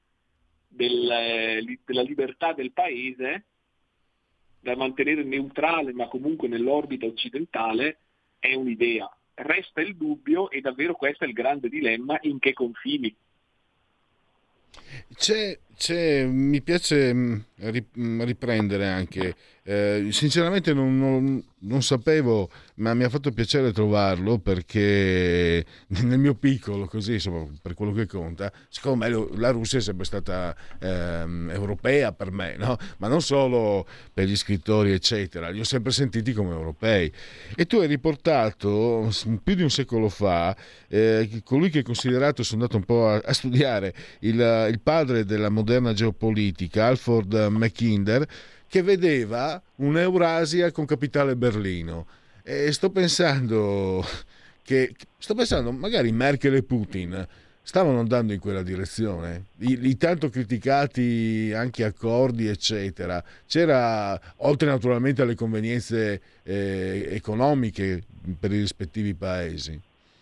della libertà del paese, da mantenere neutrale ma comunque nell'orbita occidentale, è un'idea. Resta il dubbio, e davvero questo è il grande dilemma, in che confini. Mi piace riprendere anche, sinceramente non sapevo, ma mi ha fatto piacere trovarlo, perché nel mio piccolo, così insomma, per quello che conta, secondo me la Russia è sempre stata europea per me, no? Ma non solo per gli scrittori eccetera, li ho sempre sentiti come europei. E tu hai riportato più di un secolo fa colui che è considerato, sono andato un po' a studiare, il padre della moderna geopolitica, Alfred Mackinder, che vedeva un'Eurasia con capitale Berlino. E sto pensando magari Merkel e Putin stavano andando in quella direzione, i tanto criticati anche accordi eccetera. C'era, oltre naturalmente alle convenienze economiche per i rispettivi paesi,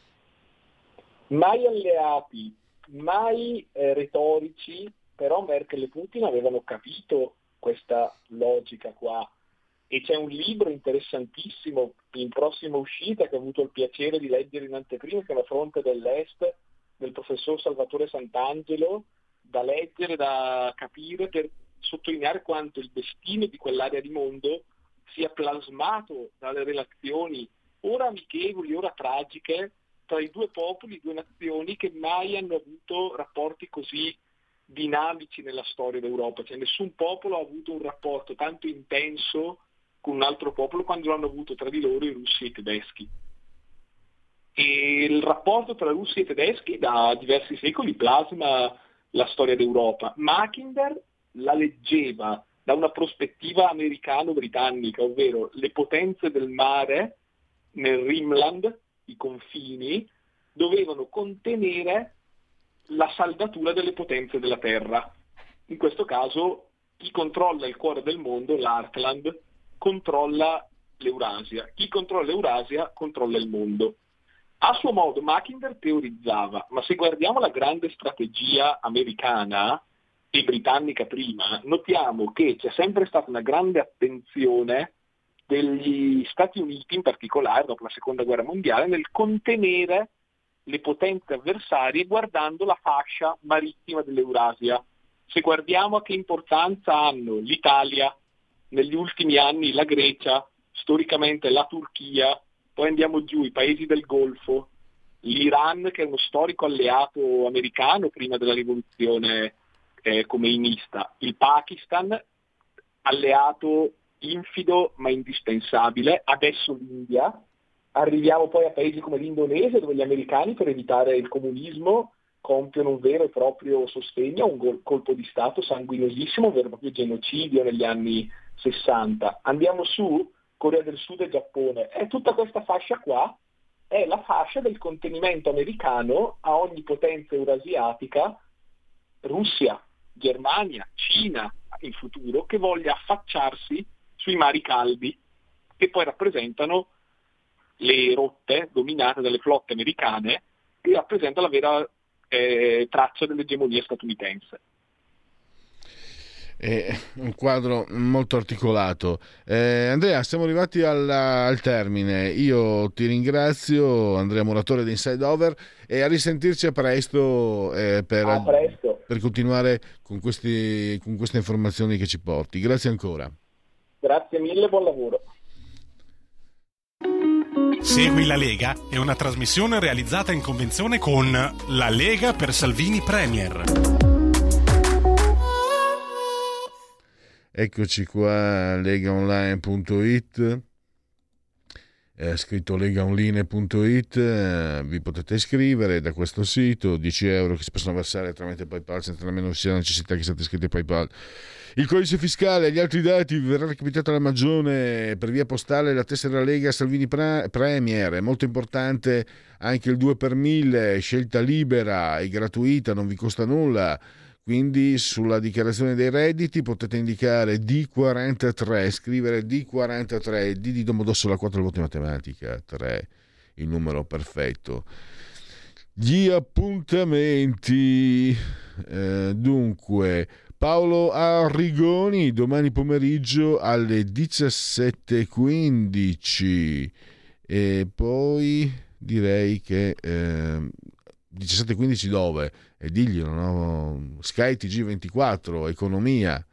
mai alleati, mai retorici, però Merkel e Putin avevano capito questa logica qua. E c'è un libro interessantissimo in prossima uscita che ho avuto il piacere di leggere in anteprima, che è La fronte dell'Est, del professor Salvatore Sant'Angelo, da leggere, da capire, per sottolineare quanto il destino di quell'area di mondo sia plasmato dalle relazioni ora amichevoli, ora tragiche, tra i due popoli, due nazioni che mai hanno avuto rapporti così dinamici nella storia d'Europa. Cioè nessun popolo ha avuto un rapporto tanto intenso con un altro popolo quando l'hanno avuto tra di loro i russi e i tedeschi. E il rapporto tra russi e tedeschi da diversi secoli plasma la storia d'Europa. Mackinder la leggeva da una prospettiva americano-britannica, ovvero le potenze del mare nel Rimland, i confini, dovevano contenere la saldatura delle potenze della terra. In questo caso chi controlla il cuore del mondo, l'Heartland, controlla l'Eurasia. Chi controlla l'Eurasia controlla il mondo. A suo modo Mackinder teorizzava, ma se guardiamo la grande strategia americana e britannica prima, notiamo che c'è sempre stata una grande attenzione degli Stati Uniti, in particolare dopo la Seconda Guerra Mondiale, nel contenere le potenze avversarie guardando la fascia marittima dell'Eurasia. Se guardiamo a che importanza hanno l'Italia, negli ultimi anni la Grecia, storicamente la Turchia, poi andiamo giù, i paesi del Golfo, l'Iran, che è uno storico alleato americano prima della rivoluzione comeinista, il Pakistan, alleato infido ma indispensabile, adesso l'India, arriviamo poi a paesi come l'Indonesia, dove gli americani, per evitare il comunismo, compiono un vero e proprio sostegno a un colpo di Stato sanguinosissimo, un vero e proprio genocidio negli anni 60. Andiamo su, Corea del Sud e Giappone. E tutta questa fascia qua è la fascia del contenimento americano a ogni potenza eurasiatica, Russia, Germania, Cina in futuro, che voglia affacciarsi sui mari caldi, che poi rappresentano le rotte dominate dalle flotte americane, che rappresenta la vera traccia dell'egemonia statunitense. Un quadro molto articolato. Andrea, siamo arrivati al termine. Io ti ringrazio, Andrea Muratore di Inside Over, e a risentirci a presto, per continuare con queste informazioni che ci porti. Grazie ancora. Grazie mille, buon lavoro. Segui la Lega è una trasmissione realizzata in convenzione con La Lega per Salvini Premier. Eccoci qua, legaonline.it, scritto legaonline.it, vi potete iscrivere da questo sito, 10 euro che si possono versare tramite PayPal senza nemmeno sia necessità che siate iscritti a PayPal. Il codice fiscale e gli altri dati vi verrà recapitato alla Magione per via postale la tessera Lega Salvini Premier. È molto importante anche il 2 per 1000, scelta libera e gratuita, non vi costa nulla. Quindi sulla dichiarazione dei redditi potete indicare D43, scrivere D43, D di Domodossola 4 il voto in matematica, 3 il numero perfetto. Gli appuntamenti, dunque Paolo Arrigoni domani pomeriggio alle 17:15 e poi direi che 17-15 dove? E diglielo, no? Sky TG24, economia,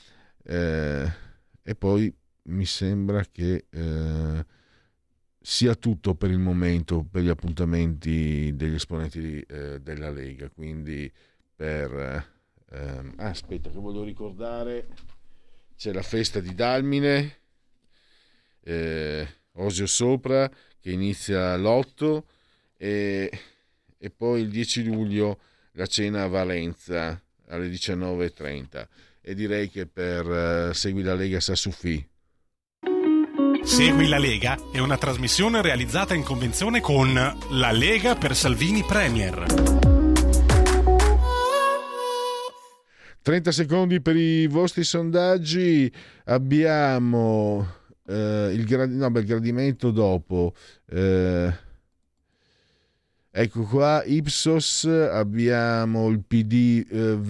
e poi mi sembra che sia tutto per il momento per gli appuntamenti degli esponenti della Lega. Quindi aspetta che voglio ricordare, c'è la festa di Dalmine, Osio Sopra, che inizia l'8, e poi il 10 luglio la cena a Valenza alle 19:30, e direi che per Segui la Lega sta su FI. Segui la Lega è una trasmissione realizzata in convenzione con La Lega per Salvini Premier. 30 secondi per i vostri sondaggi. Abbiamo il gradimento dopo. Ecco qua, Ipsos, abbiamo il PD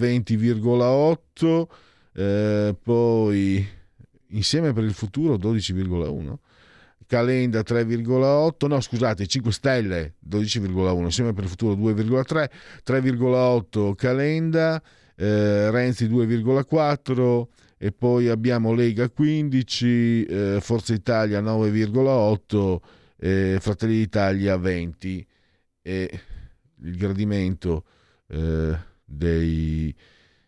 20,8, poi Insieme per il Futuro 12,1, Calenda 3,8, no scusate, 5 Stelle 12,1, Insieme per il Futuro 2,3, 3,8 Calenda, Renzi 2,4, e poi abbiamo Lega 15, Forza Italia 9,8, Fratelli d'Italia 20. E il gradimento dei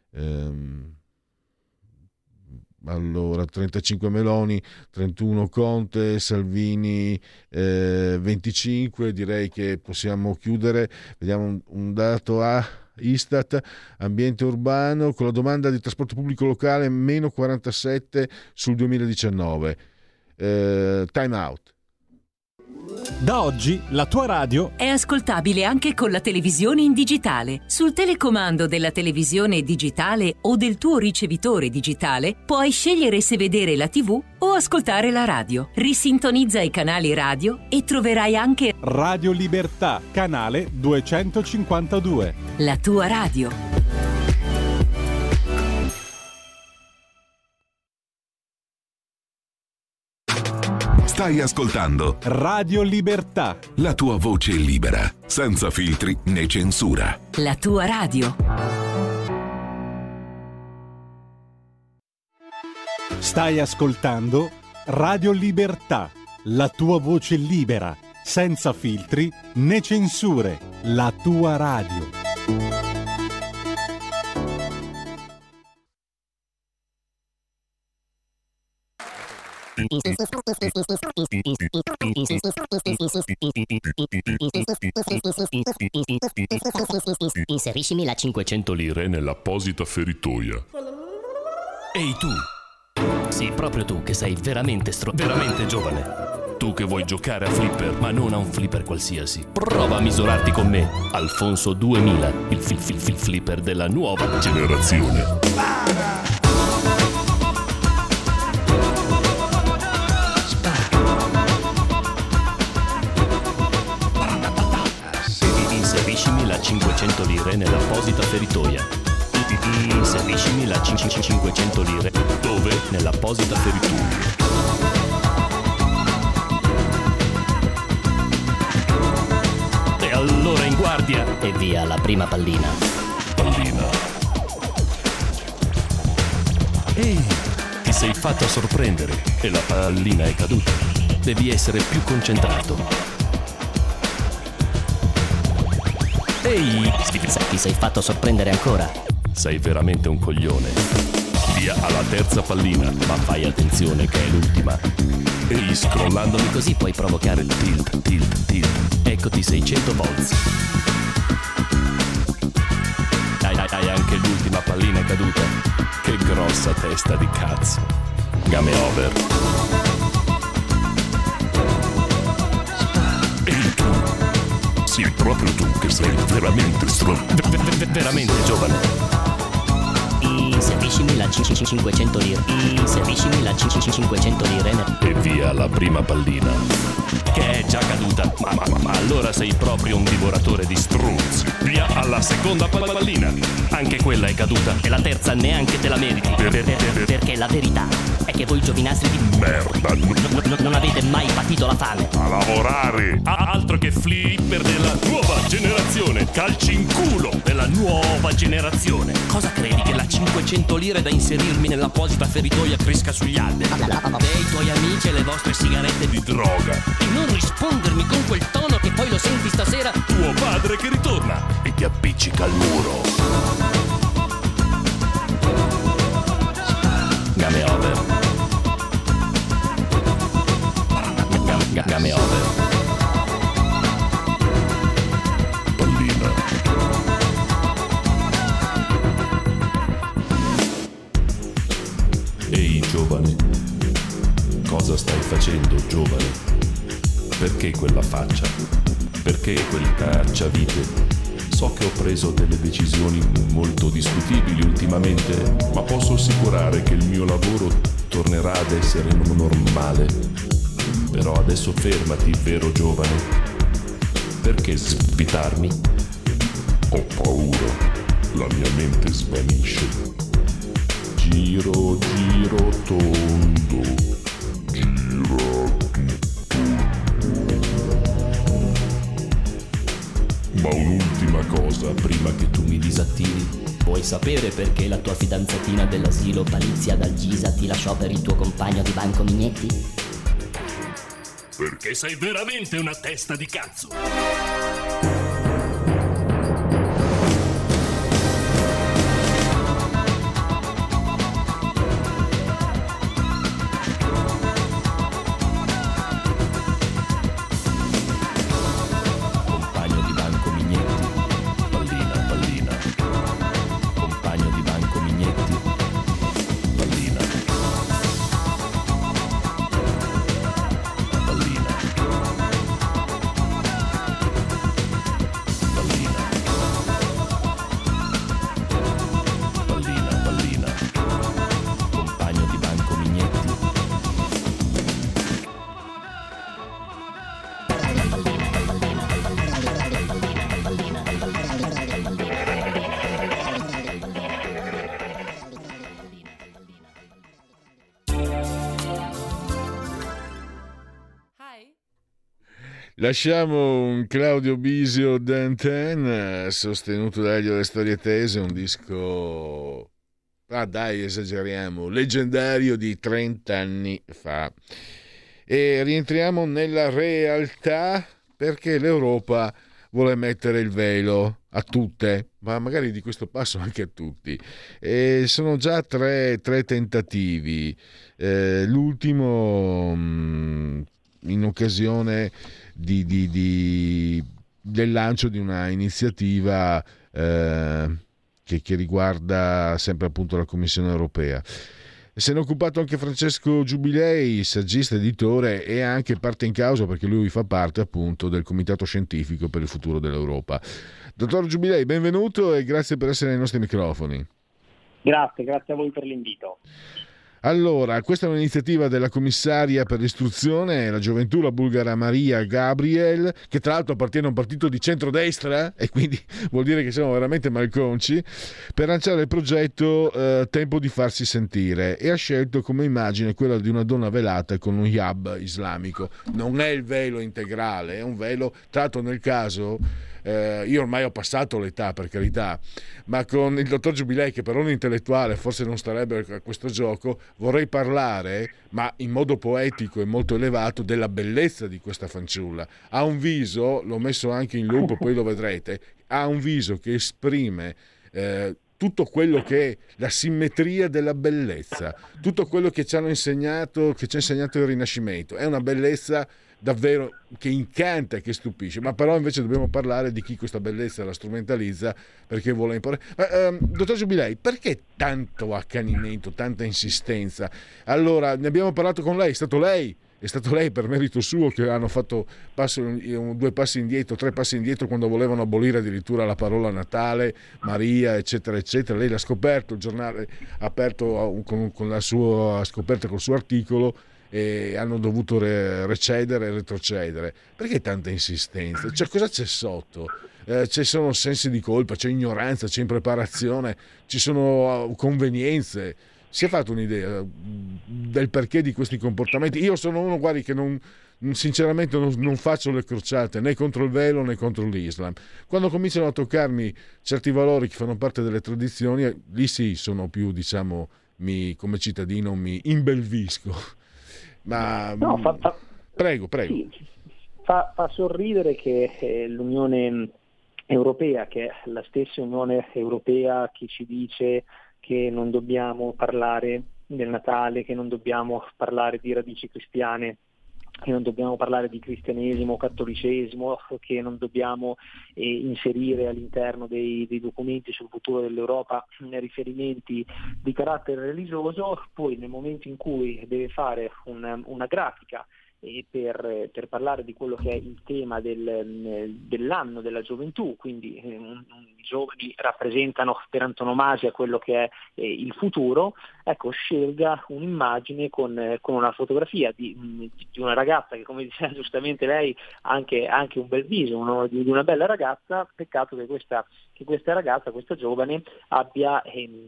allora 35 Meloni, 31 Conte, Salvini 25. Direi che possiamo chiudere. Vediamo un dato a Istat, ambiente urbano, con la domanda di trasporto pubblico locale meno 47 sul 2019. Time out. Da oggi la tua radio è ascoltabile anche con la televisione in digitale. Sul telecomando della televisione digitale o del tuo ricevitore digitale puoi scegliere se vedere la TV o ascoltare la radio. Risintonizza i canali radio e troverai anche Radio Libertà, canale 252. La tua radio. Stai ascoltando Radio Libertà, la tua voce libera, senza filtri né censura. La tua radio. Stai ascoltando Radio Libertà, la tua voce libera, senza filtri né censure. La tua radio. Inseriscimi la 500 lire nell'apposita feritoia. Ehi tu! Sì, proprio tu che sei veramente veramente giovane. Tu che vuoi giocare a flipper, ma non a un flipper qualsiasi. Prova a misurarti con me, Alfonso 2000, il flipper della nuova generazione. Inseriscimi la 500 lire nell'apposita feritoia. Inseriscimi la 500 lire. Dove? Nell'apposita feritoia. E allora in guardia. E via la prima pallina. Ehi, ti sei fatto sorprendere e la pallina è caduta. Devi essere più concentrato. Ehi, ti sei fatto sorprendere ancora? Sei veramente un coglione. Via alla terza pallina, ma fai attenzione che è l'ultima. Ehi, scrollandomi così puoi provocare il tilt. Eccoti 600 volts. Hai anche l'ultima pallina caduta. Che grossa testa di cazzo. Game over. Ehi tu. Sì, proprio tu che sei veramente veramente giovane. Inseriscimi la 500 lire. Inseriscimi la 500 lire. E via la prima pallina, che è già caduta. Ma allora sei proprio un divoratore di struzzi. Via alla seconda pallina. Anche quella è caduta. E la terza neanche te la meriti. Perché la verità è che voi giovinastri di merda, non avete mai patito la fame. a lavorare. Altro che flipper della nuova generazione, calci in culo della nuova generazione. Cosa credi, che la 500 lire da inserirmi nell'apposita feritoia cresca sugli alberi? Dei tuoi amici e le vostre sigarette di droga. E non rispondermi con quel tono che poi lo senti stasera tuo padre che ritorna E ti appiccica al muro. Game over. Game over. Pallina. Ehi giovane, cosa stai facendo giovane? Perché quella faccia? Perché quel cacciavite? So che ho preso delle decisioni molto discutibili ultimamente, ma posso assicurare che il mio lavoro tornerà ad essere normale. Però adesso fermati, vero giovane. Perché svitarmi? Ho paura, la mia mente svanisce. Giro, giro tondo, gira Ma un'ultima cosa prima che tu mi disattivi. Vuoi sapere perché la tua fidanzatina dell'asilo Palizia Dalgisa ti lasciò per il tuo compagno di banco Mignetti? Perché sei veramente una testa di cazzo. Compagno di banco Mignetti, pallina, pallina. Compagno di banco Mignetti, pallina. Pallina. Pallina. Pallina, pallina. Compagno di banco Mignetti. Lasciamo un Claudio Bisio d'Anten, sostenuto da Elio Le Storie Tese, un disco, dai esageriamo, leggendario di 30 anni fa. E rientriamo nella realtà perché l'Europa vuole mettere il velo a tutte, ma magari di questo passo anche a tutti. E sono già tre tentativi. L'ultimo in occasione del lancio di una iniziativa che riguarda sempre appunto la Commissione europea. Se ne è occupato anche Francesco Giubilei, saggista, editore e anche parte in causa perché lui fa parte appunto del Comitato Scientifico per il Futuro dell'Europa. Dottor Giubilei, benvenuto e grazie per essere ai nostri microfoni. Grazie a voi per l'invito. Allora, questa è un'iniziativa della commissaria per l'istruzione e la gioventù, la bulgara Maria Gabriel, che tra l'altro appartiene a un partito di centrodestra e quindi vuol dire che siamo veramente malconci, per lanciare il progetto Tempo di farsi sentire, e ha scelto come immagine quella di una donna velata con un hijab islamico. Non è il velo integrale, è un velo tratto nel caso. Io ormai ho passato l'età, per carità, ma con il dottor Giubilei, che per un intellettuale forse non starebbe a questo gioco, vorrei parlare, ma in modo poetico e molto elevato, della bellezza di questa fanciulla. Ha un viso, l'ho messo anche in loop, poi lo vedrete, ha un viso che esprime tutto quello che è la simmetria della bellezza, tutto quello che ci ha insegnato il Rinascimento. È una bellezza davvero che incanta e che stupisce, ma però invece dobbiamo parlare di chi questa bellezza la strumentalizza perché vuole imporre. Dottor Giubilei, perché tanto accanimento, tanta insistenza? Allora, ne abbiamo parlato con lei, è stato lei per merito suo che hanno fatto 2 passi indietro, 3 passi indietro quando volevano abolire addirittura la parola Natale, Maria, eccetera eccetera. Lei l'ha scoperto, il giornale ha aperto con la sua scoperta, col suo articolo, e hanno dovuto recedere e retrocedere. Perché tanta insistenza? Cioè, cosa c'è sotto? Ci sono sensi di colpa, c'è ignoranza, c'è impreparazione, ci sono convenienze. si è fatto un'idea del perché di questi comportamenti? Io sono uno, guardi, che sinceramente non faccio le crociate né contro il velo né contro l'Islam. Quando cominciano a toccarmi certi valori che fanno parte delle tradizioni, lì sì, sono più, diciamo, come cittadino mi imbelvisco. Ma no, prego. Sì, fa sorridere che l'Unione Europea, che è la stessa Unione Europea che ci dice che non dobbiamo parlare del Natale, che non dobbiamo parlare di radici cristiane, che non dobbiamo parlare di cristianesimo o cattolicesimo, che non dobbiamo inserire all'interno dei documenti sul futuro dell'Europa riferimenti di carattere religioso, poi nel momento in cui deve fare una grafica per parlare di quello che è il tema dell'anno della gioventù, quindi i giovani rappresentano per antonomasia quello che è il futuro, ecco, scelga un'immagine con una fotografia di una ragazza che, come diceva giustamente lei, anche un bel viso, di una bella ragazza. Peccato che questa ragazza, questa giovane, abbia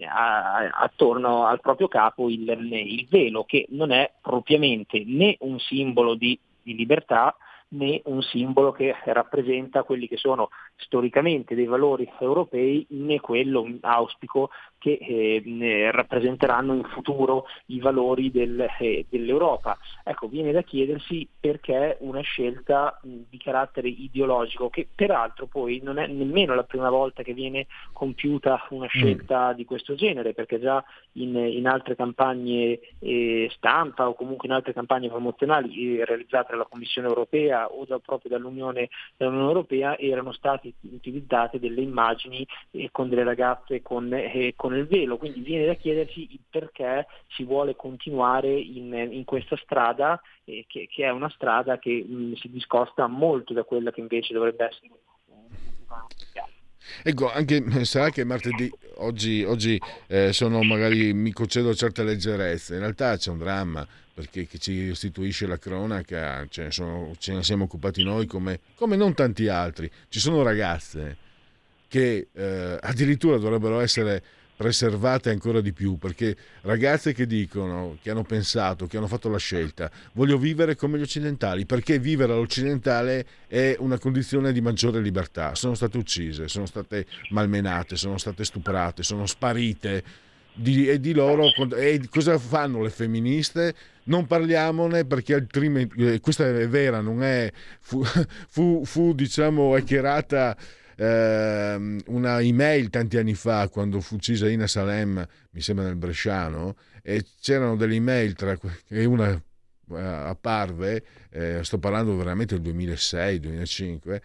attorno al proprio capo il velo, che non è propriamente né un simbolo di libertà né un simbolo che rappresenta quelli che sono storicamente dei valori europei, né quello, auspico, che rappresenteranno in futuro i valori dell'Europa. Ecco, viene da chiedersi perché una scelta di carattere ideologico, che peraltro poi non è nemmeno la prima volta che viene compiuta una scelta di questo genere, perché già in altre campagne stampa o comunque in altre campagne promozionali realizzate dalla Commissione Europea o già proprio dall'Unione Europea erano state utilizzate delle immagini con delle ragazze con il velo, quindi viene da chiedersi il perché si vuole continuare in questa strada, che è una strada che si discosta molto da quella che invece dovrebbe essere. Ecco, anche sarà che martedì oggi sono, magari mi concedo certe leggerezze, in realtà c'è un dramma, perché che ci restituisce la cronaca, ce ne siamo occupati noi come non tanti altri. Ci sono ragazze che addirittura dovrebbero essere preservate ancora di più, perché ragazze che dicono, che hanno pensato, che hanno fatto la scelta, voglio vivere come gli occidentali, perché vivere all'occidentale è una condizione di maggiore libertà. Sono state uccise, sono state malmenate, sono state stuprate, sono sparite, di loro. E cosa fanno le femministe? Non parliamone, perché altrimenti, questa è vera, non è fu diciamo hackerata una email tanti anni fa, quando fu uccisa Ina Salem, mi sembra nel Bresciano, e c'erano delle email e una apparve, sto parlando veramente del 2006-2005,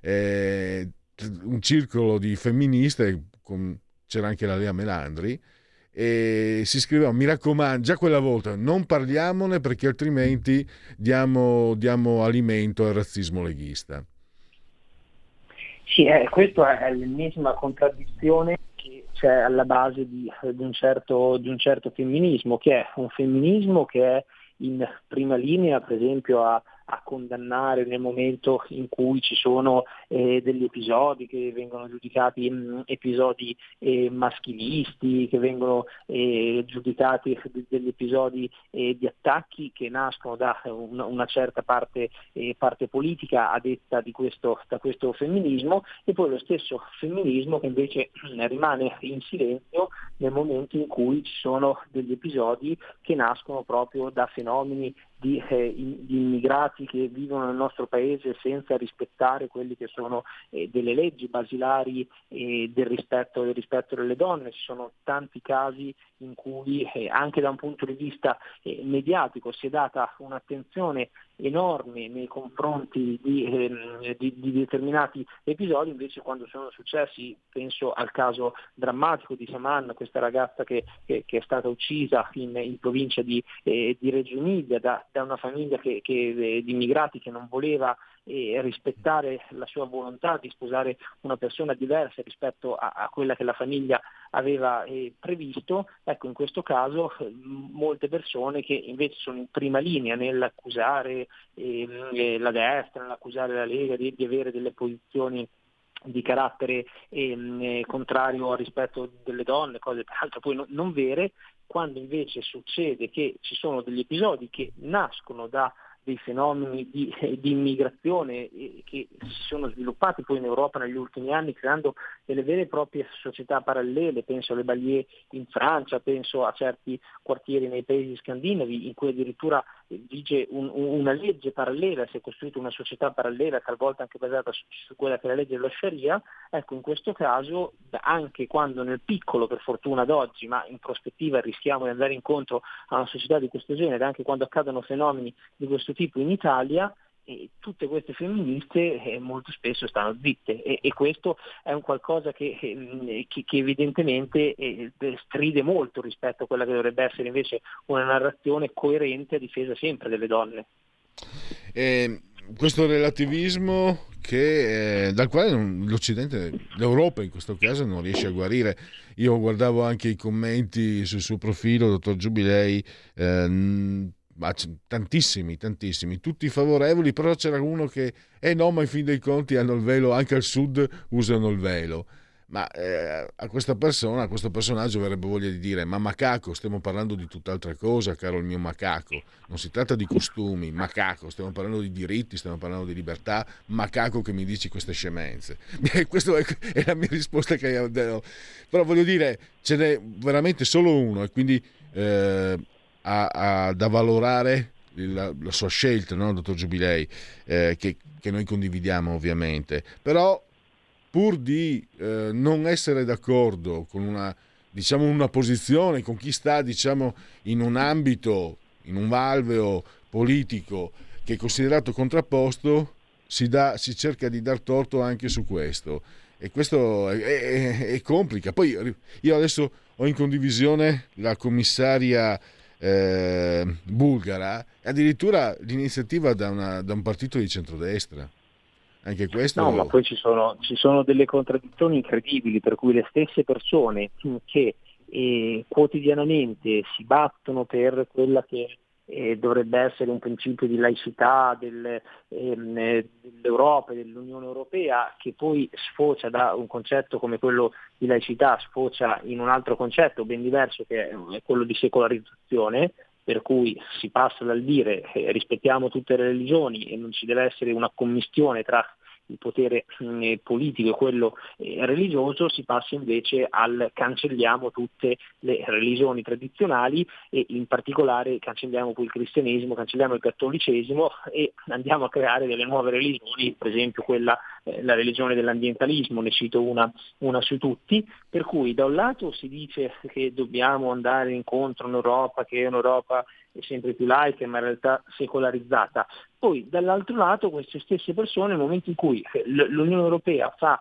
un circolo di femministe, c'era anche la Lea Melandri, e si scriveva: mi raccomando, già quella volta non parliamone, perché altrimenti diamo alimento al razzismo leghista. Sì, questa è l'ennesima contraddizione che c'è alla base di un certo femminismo, che è un femminismo che è in prima linea, per esempio, a condannare nel momento in cui ci sono degli episodi che vengono giudicati episodi maschilisti, che vengono giudicati degli episodi di attacchi che nascono da una certa parte politica a detta da questo femminismo, e poi lo stesso femminismo che invece rimane in silenzio nel momento in cui ci sono degli episodi che nascono proprio da fenomeni di immigrati che vivono nel nostro paese senza rispettare quelli che sono delle leggi basilari del rispetto delle donne. Ci sono tanti casi in cui anche da un punto di vista mediatico si è data un'attenzione enorme nei confronti di determinati episodi, invece quando sono successi, penso al caso drammatico di Saman, questa ragazza che è stata uccisa in provincia di Reggio Emilia da una famiglia di immigrati che non voleva rispettare la sua volontà di sposare una persona diversa rispetto a quella che la famiglia aveva previsto. Ecco, in questo caso molte persone che invece sono in prima linea nell'accusare la destra, nell'accusare la Lega di avere delle posizioni di carattere contrario al rispetto delle donne, cose peraltro poi non vere, quando invece succede che ci sono degli episodi che nascono da dei fenomeni di immigrazione che si sono sviluppati poi in Europa negli ultimi anni, creando delle vere e proprie società parallele. Penso alle Balie in Francia, penso a certi quartieri nei paesi scandinavi in cui addirittura vige una legge parallela, si è costruita una società parallela, talvolta anche basata su quella che è la legge dello Sharia. Ecco, in questo caso, anche quando nel piccolo, per fortuna ad oggi, ma in prospettiva rischiamo di andare incontro a una società di questo genere, anche quando accadono fenomeni di questo tipo in Italia, tutte queste femministe molto spesso stanno zitte, e questo è un qualcosa che evidentemente stride molto rispetto a quella che dovrebbe essere invece una narrazione coerente a difesa sempre delle donne. Questo relativismo dal quale l'Occidente, l'Europa in questo caso, non riesce a guarire. Io guardavo anche i commenti sul suo profilo, dottor Giubilei, tantissimi, tutti favorevoli, però c'era uno che no, ma in fin dei conti hanno il velo, anche al sud usano il velo. Ma a questa persona, a questo personaggio verrebbe voglia di dire: ma macaco, stiamo parlando di tutt'altra cosa, caro il mio macaco, non si tratta di costumi, macaco, stiamo parlando di diritti, stiamo parlando di libertà, macaco che mi dici queste scemenze. Questa è la mia risposta che io do. Però voglio dire, ce n'è veramente solo uno, e quindi ha da valorare la sua scelta, no, dottor Giubilei, che noi condividiamo ovviamente, però pur di non essere d'accordo con una posizione, con chi sta in un ambito, in un alveo politico che è considerato contrapposto, si cerca di dar torto anche su questo, e questo è complica. Poi io adesso ho in condivisione la commissaria bulgara, addirittura l'iniziativa da un partito di centrodestra. Anche questo... No, ma poi ci sono delle contraddizioni incredibili, per cui le stesse persone che quotidianamente si battono per quella che dovrebbe essere un principio di laicità dell'Europa e dell'Unione Europea, che poi sfocia da un concetto come quello di laicità, sfocia in un altro concetto ben diverso, che è quello di secolarizzazione, per cui si passa dal dire rispettiamo tutte le religioni e non ci deve essere una commistione tra il potere politico e quello religioso, si passa invece al cancelliamo tutte le religioni tradizionali, e in particolare cancelliamo poi il cristianesimo, cancelliamo il cattolicesimo e andiamo a creare delle nuove religioni, per esempio quella, la religione dell'ambientalismo, ne cito una su tutti. Per cui da un lato si dice che dobbiamo andare incontro a un'Europa che è un'Europa sempre più laica, ma in realtà secolarizzata. Poi dall'altro lato queste stesse persone, nel momento in cui l'Unione Europea fa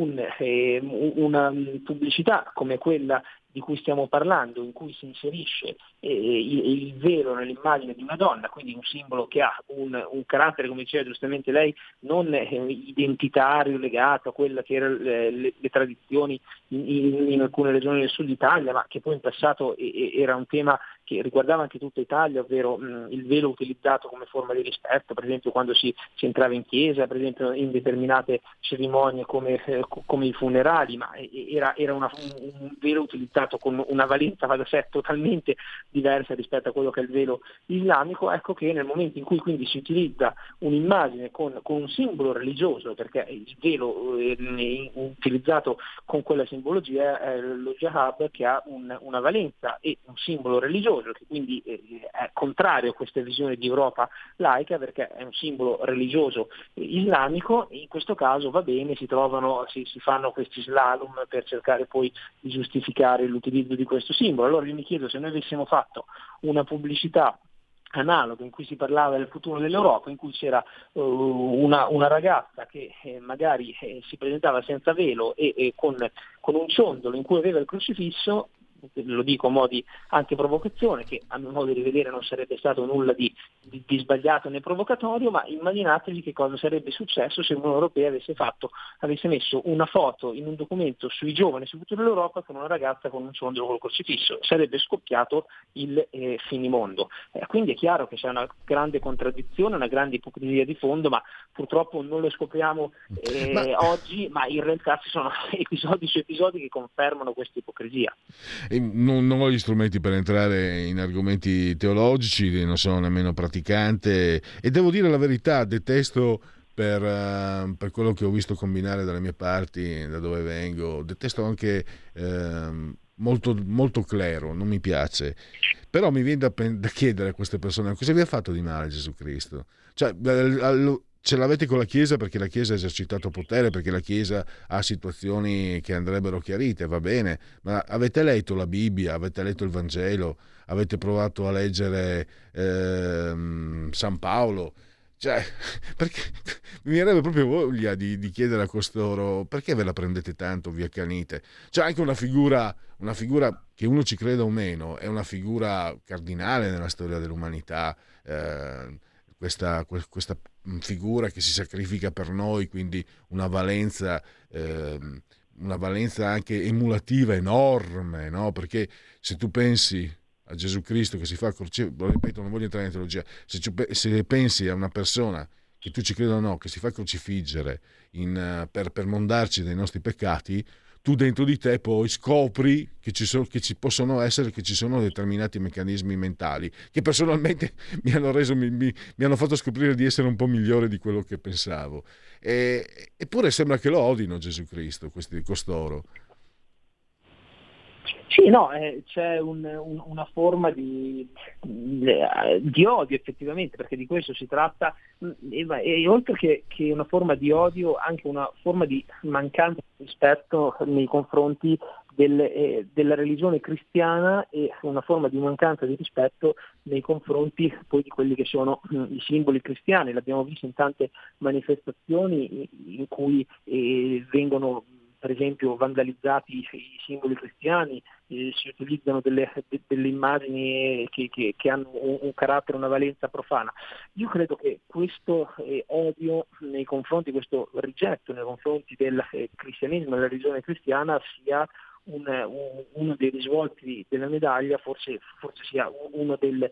una pubblicità come quella di cui stiamo parlando, in cui si inserisce il velo nell'immagine di una donna, quindi un simbolo che ha un carattere, come diceva giustamente lei, non identitario legato a quella che erano le tradizioni in alcune regioni del sud Italia, ma che poi in passato era un tema che riguardava anche tutta Italia, ovvero il velo utilizzato come forma di rispetto, per esempio quando si entrava in chiesa, per esempio in determinate cerimonie come i funerali, ma era un velo utilizzato con una valenza, va da sé, totalmente diversa rispetto a quello che è il velo islamico. Ecco che nel momento in cui quindi si utilizza un'immagine con un simbolo religioso, perché il velo utilizzato con quella simbologia è lo jihad, che ha una valenza e un simbolo religioso, che quindi è contrario a questa visione di Europa laica, perché è un simbolo religioso islamico, e in questo caso va bene, si fanno questi slalom per cercare poi di giustificare l'utilizzo di questo simbolo. Allora io mi chiedo, se noi avessimo fatto una pubblicità analogo in cui si parlava del futuro dell'Europa, in cui c'era una ragazza che magari si presentava senza velo e con un ciondolo in cui aveva il crocifisso, lo dico a mo' di anche provocazione, che a mio modo di vedere non sarebbe stato nulla di di sbagliato né provocatorio, ma immaginatevi che cosa sarebbe successo se l'Unione Europea avesse messo una foto in un documento sui giovani sul futuro dell'Europa con una ragazza con un sondolo col crocifisso. Sarebbe scoppiato il finimondo. Quindi è chiaro che c'è una grande contraddizione, una grande ipocrisia di fondo, ma purtroppo non lo scopriamo oggi, ma in realtà ci sono episodi su episodi che confermano questa ipocrisia. Non ho gli strumenti per entrare in argomenti teologici, non sono nemmeno praticante e devo dire la verità, detesto per quello che ho visto combinare dalle mie parti, da dove vengo, detesto anche molto, molto clero, non mi piace, però mi viene da chiedere a queste persone cosa vi ha fatto di male Gesù Cristo? Cioè, ce l'avete con la Chiesa perché la Chiesa ha esercitato potere, perché la Chiesa ha situazioni che andrebbero chiarite, va bene, ma avete letto la Bibbia, avete letto il Vangelo, avete provato a leggere San Paolo? Cioè, perché mi verrebbe proprio voglia di chiedere a costoro perché ve la prendete tanto, vi accanite. Cioè anche una figura che uno ci creda o meno, è una figura cardinale nella storia dell'umanità, questa figura che si sacrifica per noi, quindi una valenza anche emulativa enorme, no? Perché se tu pensi a Gesù Cristo che si fa lo ripeto, non voglio entrare in teologia, se pensi a una persona che tu ci creda o no, che si fa crocifiggere per mondarci dei nostri peccati, tu dentro di te poi scopri che ci sono determinati meccanismi mentali che personalmente mi hanno fatto scoprire di essere un po' migliore di quello che pensavo, eppure sembra che lo odino Gesù Cristo, costoro. Sì, no, c'è una forma di odio effettivamente, perché di questo si tratta, e oltre che una forma di odio, anche una forma di mancanza di rispetto nei confronti della religione cristiana e una forma di mancanza di rispetto nei confronti poi di quelli che sono i simboli cristiani. L'abbiamo visto in tante manifestazioni in cui vengono per esempio vandalizzati i simboli cristiani, si utilizzano delle immagini che hanno un carattere, una valenza profana. Io credo che questo odio nei confronti, questo rigetto nei confronti del cristianesimo e della religione cristiana sia uno dei risvolti della medaglia, forse sia uno degli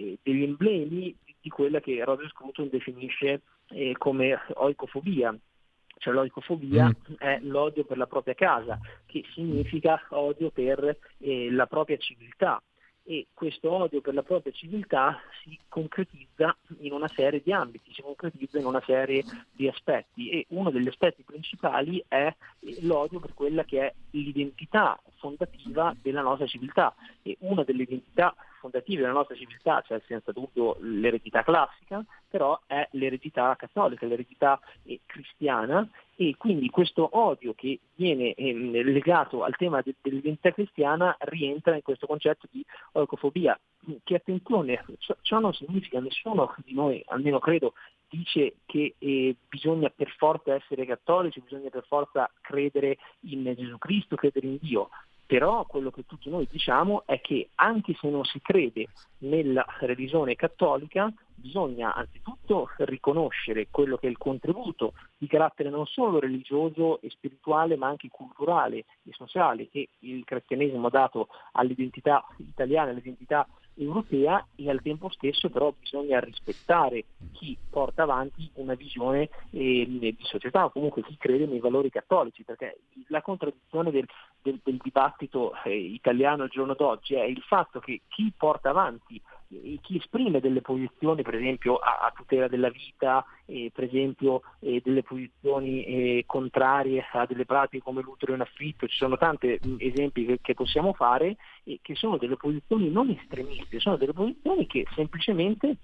emblemi di quella che Roger Scruton definisce come oicofobia. Cioè l'oicofobia è l'odio per la propria casa, che significa odio per la propria civiltà, e questo odio per la propria civiltà si concretizza in una serie di ambiti, si concretizza in una serie di aspetti, e uno degli aspetti principali è l'odio per quella che è l'identità fondativa della nostra civiltà, e una delle identità fondative della nostra civiltà, cioè senza dubbio l'eredità classica, però è l'eredità cattolica, l'eredità cristiana, e quindi questo odio che viene legato al tema dell'identità cristiana rientra in questo concetto di oicofobia, che attenzione, ciò non significa, nessuno di noi, almeno credo, dice che bisogna per forza essere cattolici, bisogna per forza credere in Gesù Cristo, credere in Dio. Però quello che tutti noi diciamo è che anche se non si crede nella religione cattolica, bisogna anzitutto riconoscere quello che è il contributo di carattere non solo religioso e spirituale, ma anche culturale e sociale che il cristianesimo ha dato all'identità italiana, all'identità europea, e al tempo stesso però bisogna rispettare chi porta avanti una visione di società, o comunque chi crede nei valori cattolici, perché la contraddizione del dibattito italiano al giorno d'oggi è il fatto che chi porta avanti e chi esprime delle posizioni, per esempio a tutela della vita, per esempio delle posizioni contrarie a delle pratiche come l'utero in affitto, ci sono tanti esempi che possiamo fare, che sono delle posizioni non estremiste, sono delle posizioni che semplicemente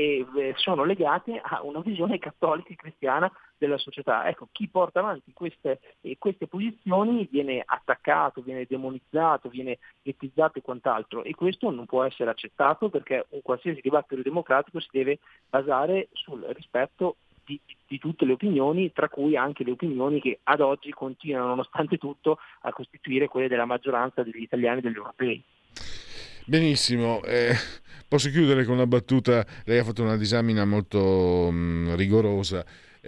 sono legate a una visione cattolica e cristiana della società. Ecco, chi porta avanti queste posizioni viene attaccato, viene demonizzato, viene ghettizzato e quant'altro, e questo non può essere accettato, perché un qualsiasi dibattito democratico si deve basare sul rispetto di tutte le opinioni, tra cui anche le opinioni che ad oggi continuano, nonostante tutto, a costituire quelle della maggioranza degli italiani e degli europei. Benissimo, posso chiudere con una battuta. Lei ha fatto una disamina molto rigorosa.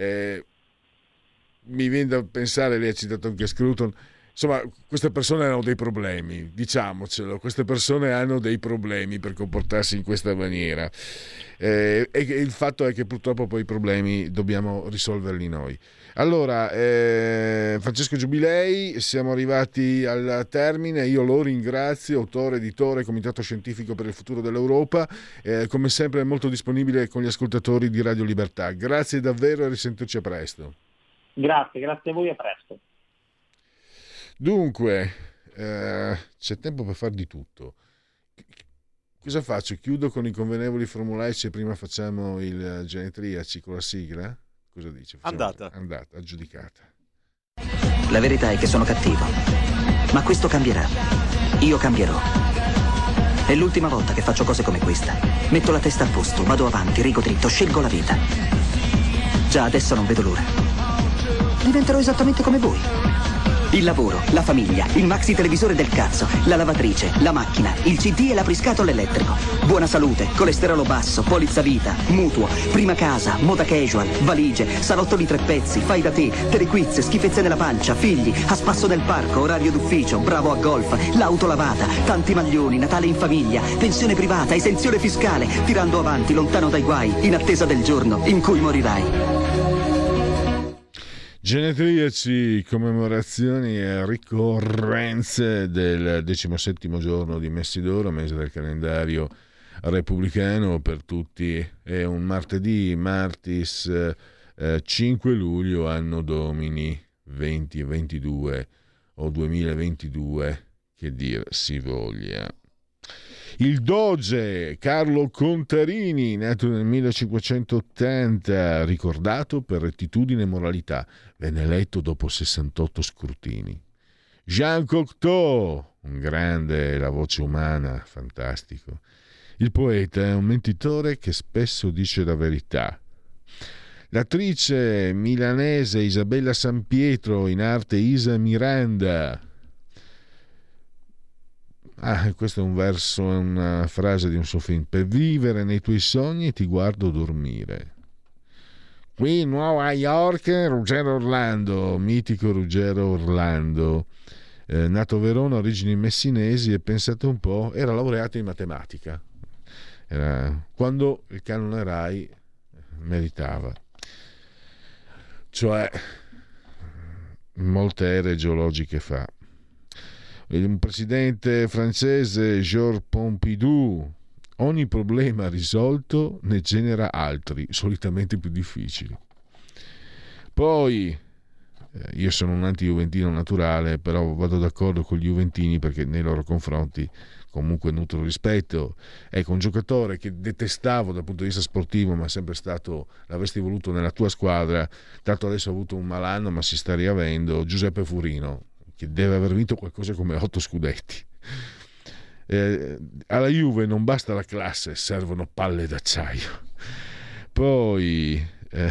Mi viene da pensare, lei ha citato anche Scruton, insomma queste persone hanno dei problemi, diciamocelo, queste persone hanno dei problemi per comportarsi in questa maniera, e il fatto è che purtroppo poi i problemi dobbiamo risolverli noi. Allora, Francesco Giubilei, siamo arrivati al termine, io lo ringrazio, autore, editore, Comitato Scientifico per il Futuro dell'Europa, come sempre è molto disponibile con gli ascoltatori di Radio Libertà. Grazie davvero e risentirci a presto. Grazie a voi, a presto. Dunque, c'è tempo per far di tutto. Cosa faccio? Chiudo con i convenevoli formulaici e prima facciamo il genetriaci con la sigla? Cosa dice? Andata, aggiudicata. La verità è che sono cattivo, ma questo cambierà. Io cambierò. È l'ultima volta che faccio cose come questa. Metto la testa a posto, vado avanti, rigo dritto, scelgo la vita. Già adesso non vedo l'ora. Diventerò esattamente come voi. Il lavoro, la famiglia, il maxi televisore del cazzo, la lavatrice, la macchina, il CD e l'apriscatole elettrico. Buona salute, colesterolo basso, polizza vita, mutuo, prima casa, moda casual, valigie, salottoli 3 pezzi, fai da te, telequiz, schifezze nella pancia, figli, a spasso del parco, orario d'ufficio, bravo a golf, l'auto lavata, tanti maglioni, Natale in famiglia, pensione privata, esenzione fiscale, tirando avanti, lontano dai guai, in attesa del giorno in cui morirai. Genetriaci, commemorazioni e ricorrenze del 17° giorno di Messidoro, mese del calendario repubblicano per tutti. È un martedì, martis 5 luglio, anno domini 2022 o 2022, che dir si voglia. Il doge Carlo Contarini, nato nel 1580, ricordato per rettitudine e moralità, venne eletto dopo 68 scrutini. Jean Cocteau, un grande, la voce umana, fantastico. Il poeta è un mentitore che spesso dice la verità. L'attrice milanese Isabella Sampietro, in arte Isa Miranda. Questo è un verso, è una frase di un suo film. Per vivere nei tuoi sogni ti guardo dormire. Qui in Nuova York, Ruggero Orlando, mitico Ruggero Orlando, nato a Verona, origini messinesi, e pensate un po', era laureato in matematica. Quando il canone Rai meritava. Cioè, molte ere geologiche fa. Un presidente francese, Georges Pompidou, ogni problema risolto ne genera altri, solitamente più difficili. Poi, io sono un anti-juventino naturale, però vado d'accordo con gli juventini perché nei loro confronti comunque nutro rispetto. Ecco, un giocatore che detestavo dal punto di vista sportivo, ma sempre stato, l'avresti voluto nella tua squadra, tanto adesso ha avuto un malanno ma si sta riavendo, Giuseppe Furino, che deve aver vinto qualcosa come 8 scudetti. Alla Juve non basta la classe, servono palle d'acciaio. Poi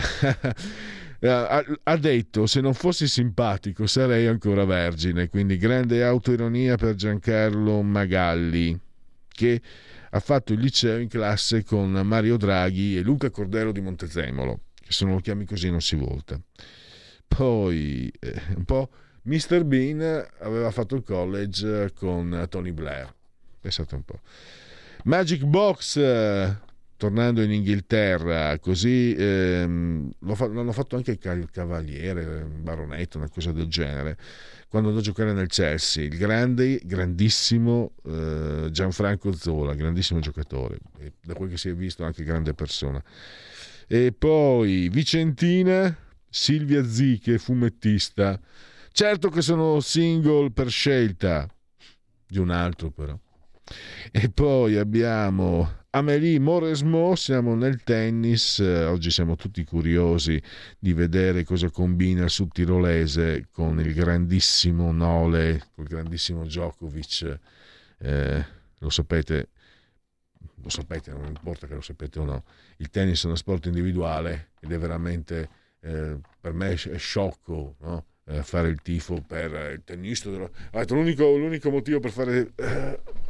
ha detto: se non fossi simpatico sarei ancora vergine. Quindi grande autoironia per Giancarlo Magalli, che ha fatto il liceo in classe con Mario Draghi e Luca Cordero di Montezemolo, che se non lo chiami così non si volta. Poi un po' Mr. Bean aveva fatto il college con Tony Blair, pensate un po'. Magic Box, tornando in Inghilterra, così l'hanno fatto anche il cavaliere, un baronetto, una cosa del genere, quando andò a giocare nel Chelsea, il grandissimo Gianfranco Zola, grandissimo giocatore, e da quel che si è visto anche grande persona. E poi Vicentina, Silvia Ziche, fumettista. Certo che sono single per scelta di un altro, però. E poi abbiamo Amélie Mauresmo, siamo nel tennis. Oggi siamo tutti curiosi di vedere cosa combina il sudtirolese con il grandissimo Nole, col grandissimo Djokovic. Lo sapete, non importa che lo sapete o no, il tennis è uno sport individuale ed è veramente, per me è sciocco, no? Fare il tifo per il tennista l'unico motivo per fare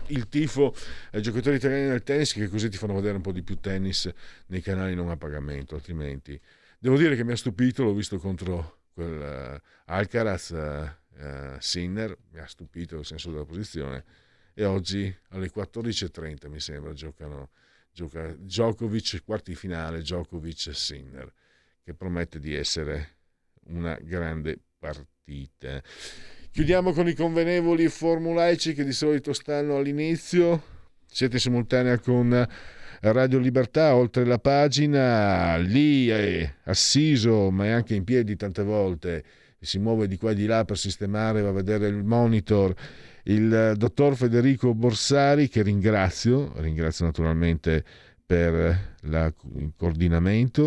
il tifo ai giocatori italiani nel tennis, che così ti fanno vedere un po' di più tennis nei canali non a pagamento, altrimenti devo dire che mi ha stupito, l'ho visto contro quel Alcaraz, Sinner, mi ha stupito nel senso della posizione, e oggi alle 14.30 mi sembra gioca Djokovic, quarti finale, Djokovic-Sinner, che promette di essere una grande partita. Chiudiamo con i convenevoli formulaici che di solito stanno all'inizio. Siete in simultanea con Radio Libertà, oltre la pagina, lì è assiso ma è anche in piedi tante volte, si muove di qua e di là per sistemare, va a vedere il monitor, il dottor Federico Borsari, che ringrazio naturalmente per il coordinamento.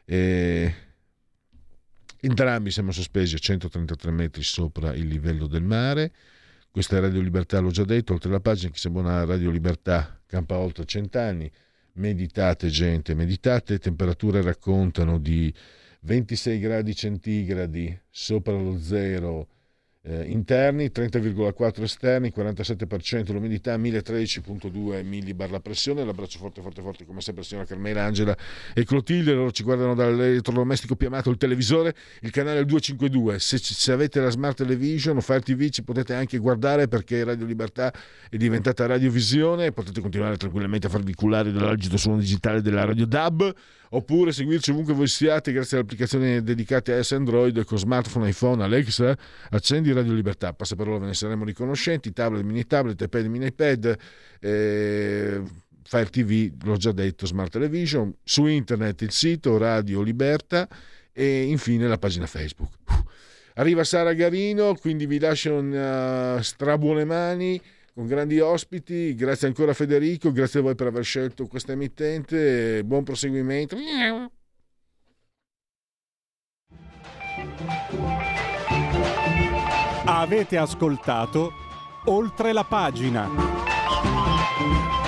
Entrambi siamo sospesi a 133 metri sopra il livello del mare. Questa è Radio Libertà, l'ho già detto, oltre la pagina, chi si abbona a Radio Libertà campa oltre 100 anni. Meditate gente, meditate. Temperature raccontano di 26 gradi centigradi sopra lo zero interni, 30,4 esterni, 47% l'umidità, 1013,2 millibar la pressione. L'abbraccio forte come sempre signora Carmela, Angela e Clotilde. Loro ci guardano dall'elettrodomestico più amato, il televisore, il canale 252. Se avete la Smart Television o Fire TV ci potete anche guardare, perché Radio Libertà è diventata radiovisione, e potete continuare tranquillamente a farvi cullare dall'algido suono digitale della Radio DAB, oppure seguirci ovunque voi siate grazie alle applicazioni dedicate a iOS e Android. Con smartphone, iPhone, Alexa, accendi Radio Libertà, passaparola, ve ne saremo riconoscenti. Tablet, mini tablet, iPad, mini iPad, Fire TV, l'ho già detto, Smart Television, su internet il sito Radio Libertà e infine la pagina Facebook. Arriva Sara Garino, quindi vi lascio in strabuone mani con grandi ospiti. Grazie ancora Federico, grazie a voi per aver scelto questa emittente, buon proseguimento. Avete ascoltato Oltre la pagina.